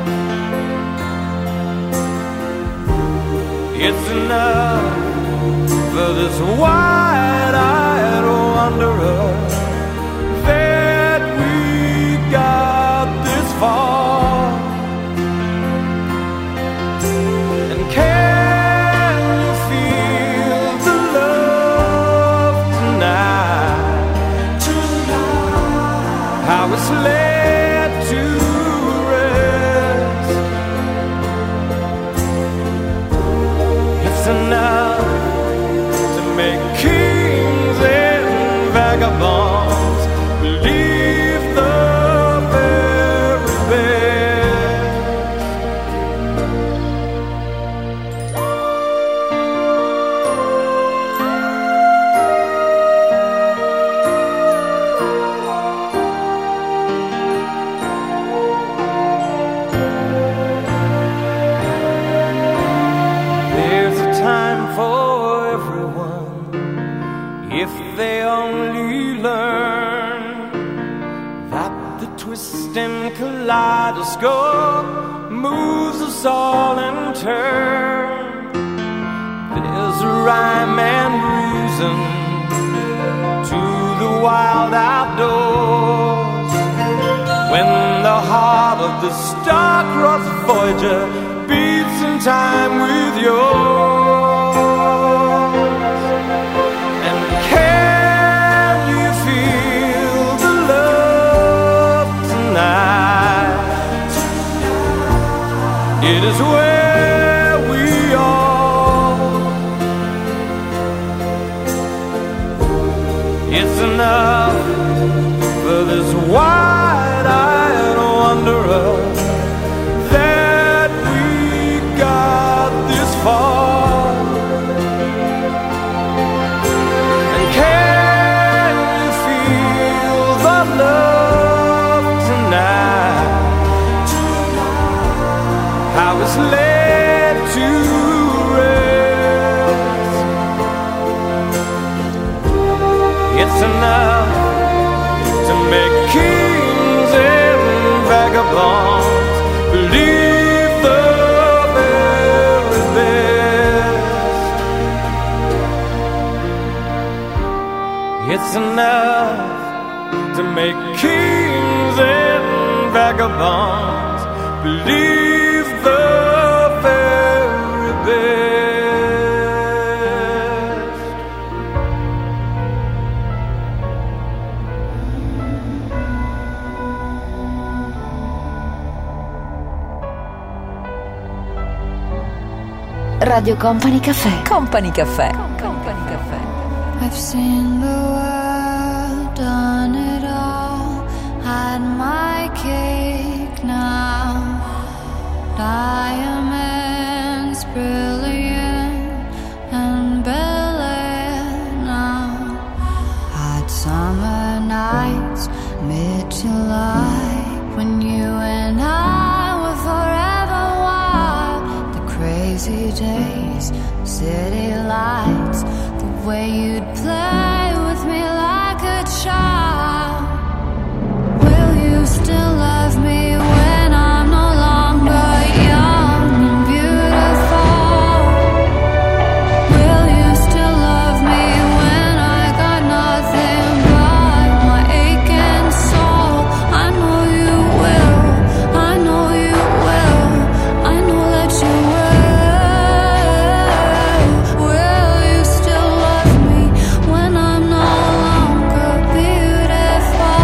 It's enough for this wide-eyed wanderer that we got this far. And can you feel the love tonight? Tonight, how it's led to rest. It's enough to make kings and vagabonds kaleidoscope moves us all in turn. There's a rhyme and reason to the wild outdoors. When the heart of the star-crossed Voyager beats in time with yours. And can you feel the love tonight? It is where we are. It's enough for this wide-eyed wanderer that we got this far. And can you feel the love tonight? How it's led to rest. It's enough to make kings and vagabonds believe the very best. It's enough to make kings and vagabonds believe the very best. Radio Company Cafè. Company Cafè. Company Cafè. I've seen the world, done it all, had my cake now. Diamonds brilliant and Bel Air now. Hot summer nights, mid-July, when you and I were forever wild. The crazy days, city lights, the way you'd play with me like a child. Will you still love me when I'm no longer young and beautiful? Will you still love me when I got nothing but my aching soul? I know you will, I know you will, I know that you will. Will you still love me when I'm no longer beautiful?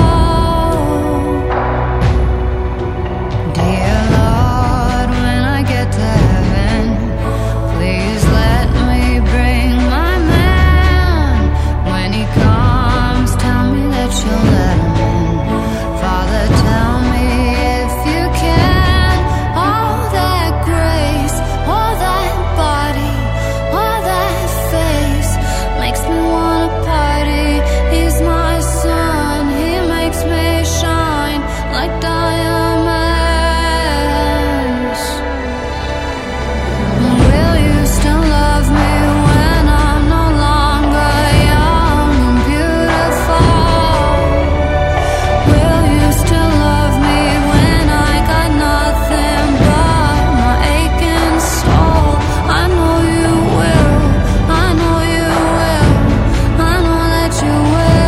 Dear Lord, when I get to heaven, please let me bring my man. When he comes, tell me that you'll let him in. Father, tell me if you can. All that grace, all that body, all that face makes me wanna party. He's my sun, he makes me shine like diamonds. Will you still love me when I'm no longer young and beautiful? Will you still love me when I got nothing but my aching soul? I know you will, I know you will, I know that you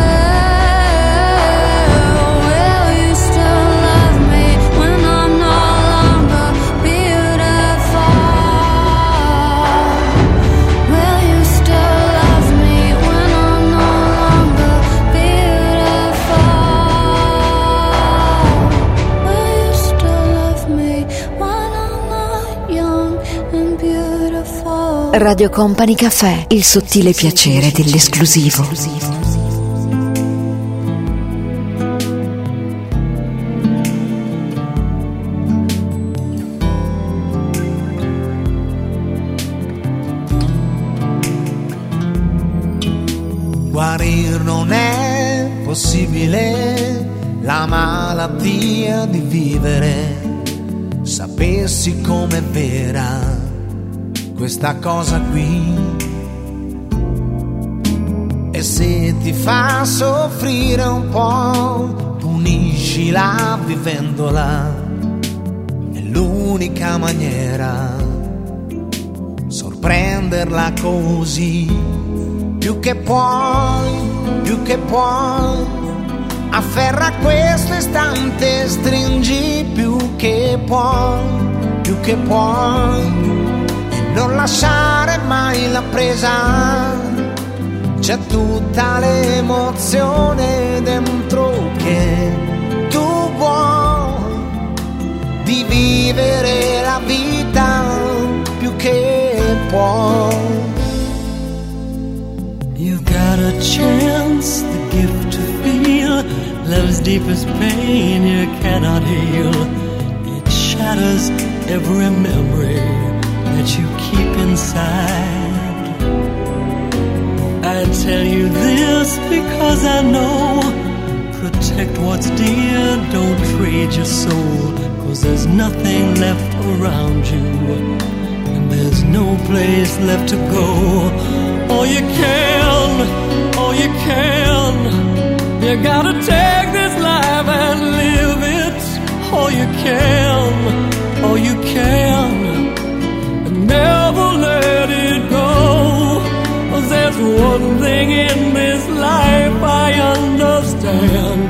will. Will you still love me when I'm no longer beautiful? Will you still love me when I'm no longer beautiful? Will you still love me when I'm not young and beautiful? Radio Company Cafè, il sottile piacere dell'esclusivo. Guarir non è possibile, la malattia di vivere. Sapessi com'è vera questa cosa qui. E se ti fa soffrire un po', puniscila vivendola. l'unica maniera, sorprenderla così, più che puoi, più che puoi, afferra questo istante, stringi più che puoi, più che puoi, e non lasciare mai la presa, c'è tutta l'emozione dentro che tu vuoi, di vivere la vita più che puoi. You've got a chance, the gift to feel love's deepest pain you cannot heal. It shatters every memory that you keep inside. I tell you this because I know, protect what's dear, don't trade your soul, 'cause there's nothing left around you, and there's no place left to go. All you can, all you can, you gotta take this life and live it. All you can, all you can, and never let it go. 'Cause there's one thing in this life I understand.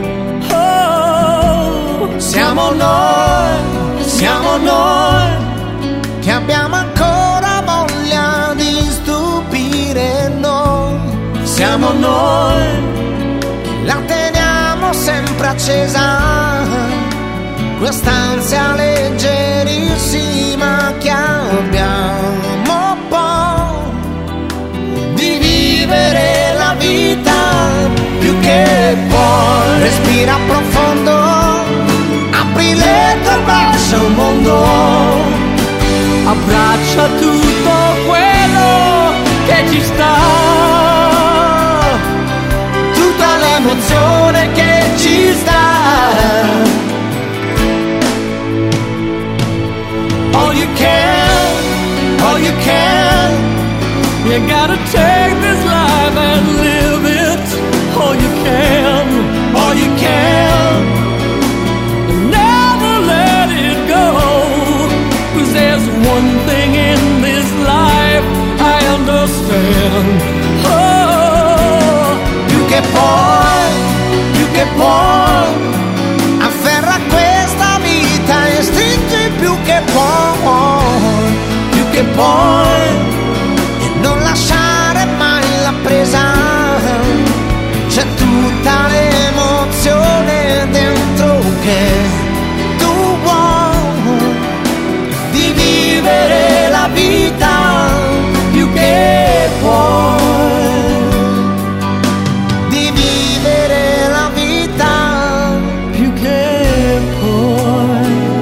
Oh, siamo noi, siamo noi, che abbiamo ancora voglia di stupire noi. Siamo noi, la teniamo sempre accesa, quest'ansia leggerissima che abbiamo poi, di vivere la vita più che puoi. Respira profondo, apri le tue braccia al mondo, abbraccia tutto quello che ci sta, tutta l'emozione che ci sta. All you can, all you can, you gotta take this life and live it. All you can, all you can, never let it go. 'Cause there's one thing in this life I understand. Oh, più che puoi, più che puoi, afferra questa vita e stringi più che puoi, più che puoi, e non lasciare mai la presa, c'è tutta l'emozione dentro che tu vuoi, di vivere la vita più che puoi, di vivere la vita più che puoi.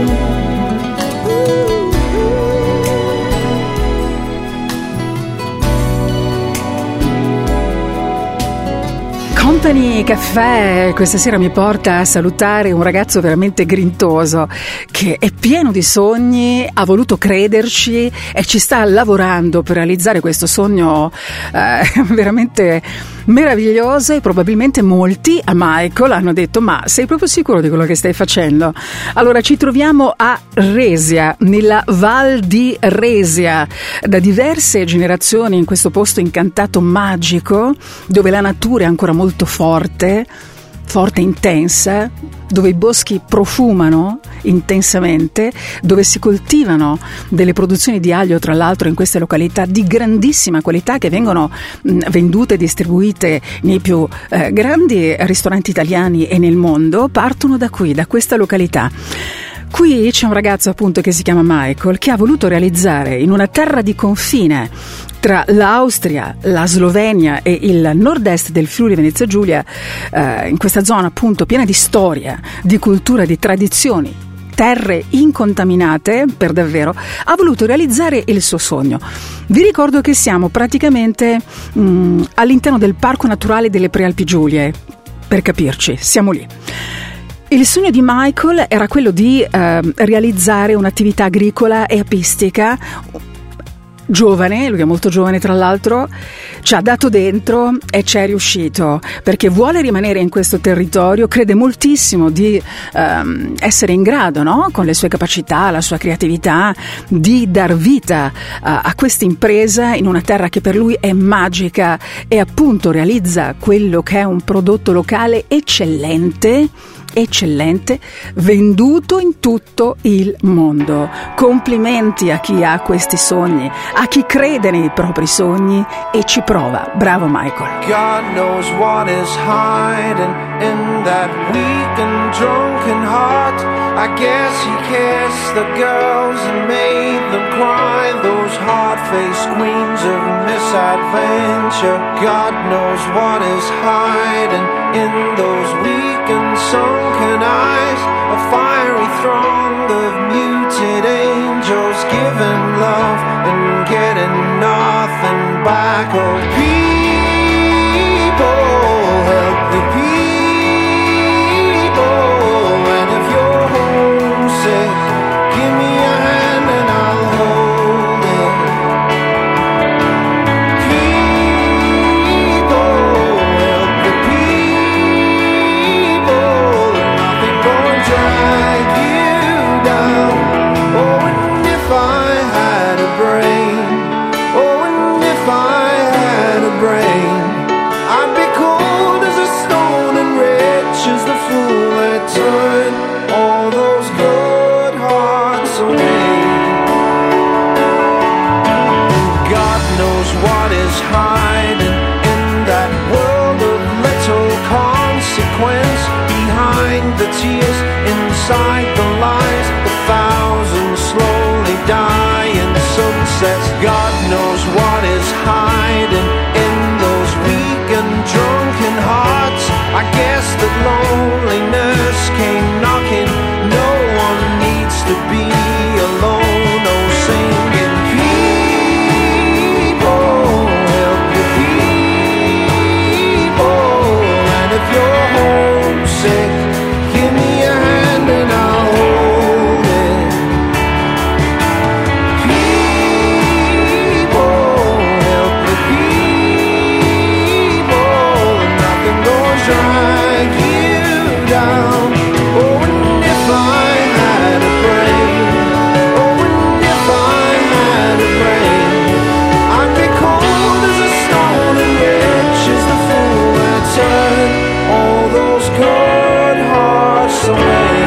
Company Caffè questa sera mi porta a salutare un ragazzo veramente grintoso che è pieno di sogni, ha voluto crederci e ci sta lavorando per realizzare questo sogno eh, veramente meraviglioso. E probabilmente molti a Michael hanno detto: ma sei proprio sicuro di quello che stai facendo? Allora ci troviamo a Resia, nella Val di Resia, da diverse generazioni in questo posto incantato magico, dove la natura è ancora molto forte, forte e intensa, dove i boschi profumano intensamente, dove si coltivano delle produzioni di aglio, tra l'altro in queste località di grandissima qualità, che vengono mh, vendute e distribuite nei più eh, grandi ristoranti italiani e nel mondo, partono da qui, da questa località. Qui c'è un ragazzo appunto che si chiama Michael, che ha voluto realizzare in una terra di confine tra l'Austria, la Slovenia e il nord-est del Friuli Venezia Giulia, eh, in questa zona appunto piena di storia, di cultura, di tradizioni, terre incontaminate per davvero, ha voluto realizzare il suo sogno. Vi ricordo che siamo praticamente mh, all'interno del Parco Naturale delle Prealpi Giulie, per capirci, siamo lì. Il sogno di Michael era quello di eh, realizzare un'attività agricola e apistica giovane, lui è molto giovane tra l'altro, ci ha dato dentro e ci è riuscito, perché vuole rimanere in questo territorio, crede moltissimo di ehm, essere in grado, no? Con le sue capacità, la sua creatività, di dar vita a, a questa impresa in una terra che per lui è magica e appunto realizza quello che è un prodotto locale eccellente, eccellente, venduto in tutto il mondo. Complimenti a chi ha questi sogni, a chi crede nei propri sogni e ci prova. Bravo Michael. God knows what is hiding in that weak and drunken heart. I guess he kissed the girls and made them cry, those hard-faced queens of misadventure. God knows what is hiding in those weak and sunken eyes, a fiery throng of muted angels giving love and getting nothing back. Oh, people, help the people, and if you're homesick, give me a hand and I'll hold it. People, help the people, nothing gonna drag you down. Oh, and if I had a brain, oh, and if I had a brain, I'd be cold as a stone and rich as the fool that turned all those good hearts away. God knows what is hiding in that world of little consequence, behind the tears, inside the lies, the thousand slowly dying sunsets. God knows what is hiding in those weak and drunken hearts. I guess that loneliness came knocking. No one needs to be alone. Oh, singing people, help the people, and if you're homesick, give me a hand and I'll hold it. People, help the people, nothing gonna drag you down. Oh, and if I had a brain, oh, and if I had a brain, I'd be cold as a stone and rich as the fool that turned all those good hearts away.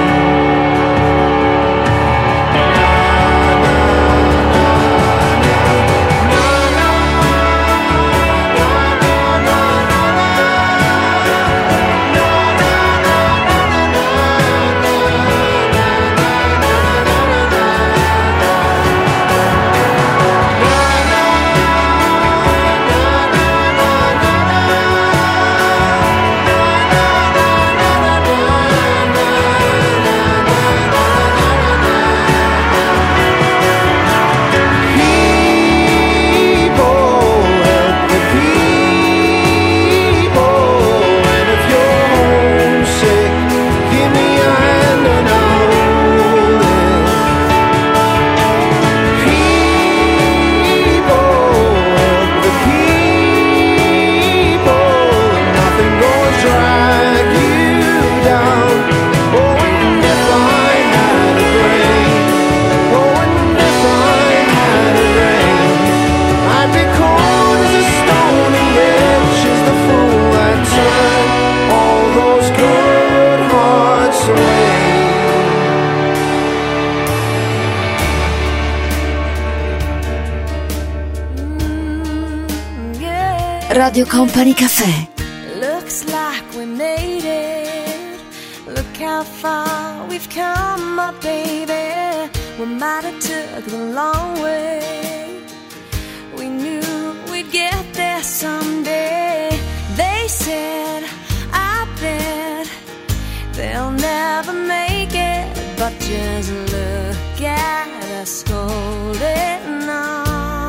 Radio Company Café. Looks like we made it. Look how far we've come, my baby. We might have took the long way. We knew we'd get there someday. They said, I bet they'll never make it. But just look at us holding on.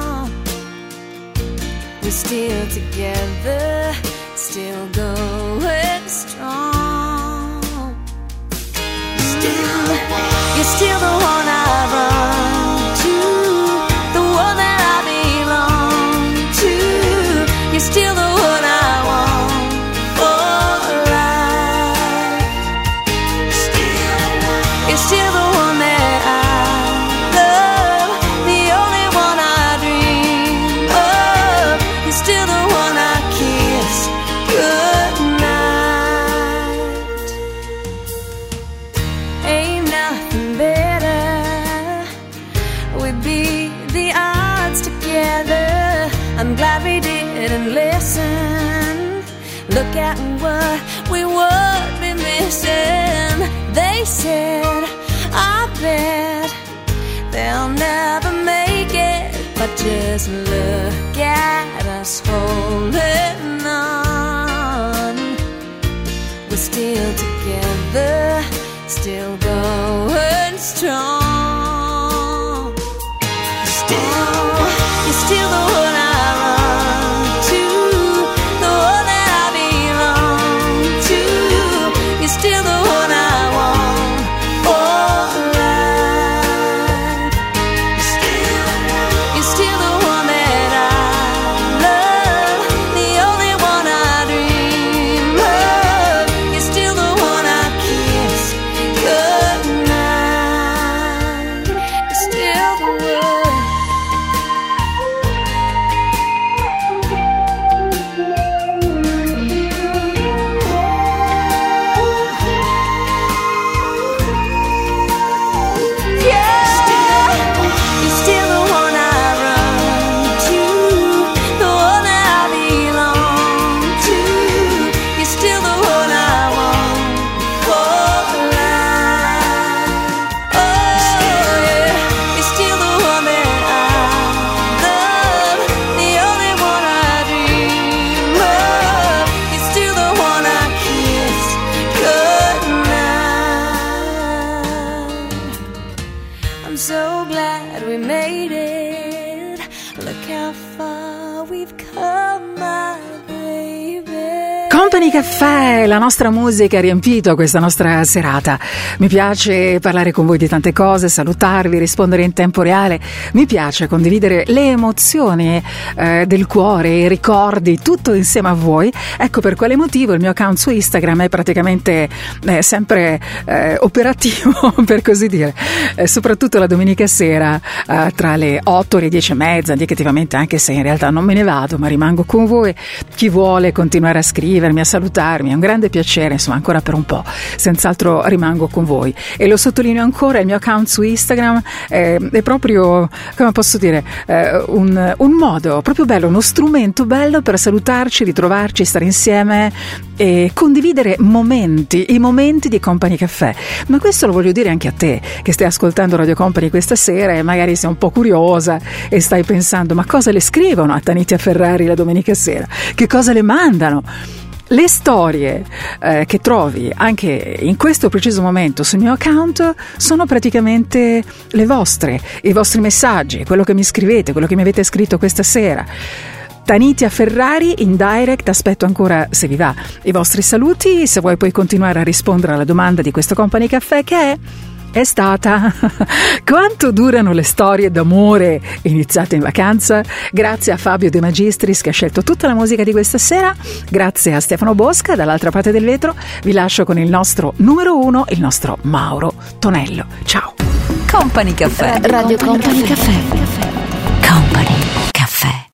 We're still together, still going strong. Still, you're still the one I run to, the one that I I'm glad we didn't listen. Look at what we would be missing. They said, I bet they'll never make it, but just look at us holding on. We're still together, still going strong. Still, you're still the one I run to, the one that I belong to. You're still the one I want for life. Still, you're still the one that I love, the only one I dream of. You're still the one I kiss goodnight. You're still the one. I'm so glad we made it. Look how far we've come, my baby. Company Caffè, la nostra musica ha riempito questa nostra serata. Mi piace parlare con voi di tante cose, salutarvi, rispondere in tempo reale. Mi piace condividere le emozioni eh, del cuore, i ricordi, tutto insieme a voi. Ecco per quale motivo il mio account su Instagram è praticamente eh, sempre eh, operativo, per così dire, eh, soprattutto la domenica sera eh, tra le otto e le dieci e mezza, indicativamente, anche se in realtà non me ne vado, ma rimango con voi. Chi vuole continuare a scrivermi, a salutarmi, è un grande piacere, insomma, ancora per un po', senz'altro rimango con voi. E lo sottolineo ancora, il mio account su Instagram eh, è proprio, come posso dire, eh, un, un modo proprio bello, uno strumento bello per salutarci, ritrovarci, stare insieme e condividere momenti, i momenti di Company Caffè. Ma questo lo voglio dire anche a te che stai ascoltando Radio Company questa sera e magari sei un po' curiosa e stai pensando: ma cosa le scrivono a Tanitia Ferrari la domenica sera? Che cosa le mandano? Le storie eh, che trovi anche in questo preciso momento sul mio account sono praticamente le vostre, i vostri messaggi, quello che mi scrivete, quello che mi avete scritto questa sera. Tanitia Ferrari in direct, aspetto ancora, se vi va, i vostri saluti, se vuoi puoi continuare a rispondere alla domanda di questo Company Caffè, che è è stata: quanto durano le storie d'amore iniziate in vacanza? Grazie a Fabio De Magistris che ha scelto tutta la musica di questa sera, grazie a Stefano Bosca dall'altra parte del vetro. Vi lascio con il nostro numero uno, il nostro Mauro Tonello. Ciao. Company Caffè, Radio Company Caffè. Company.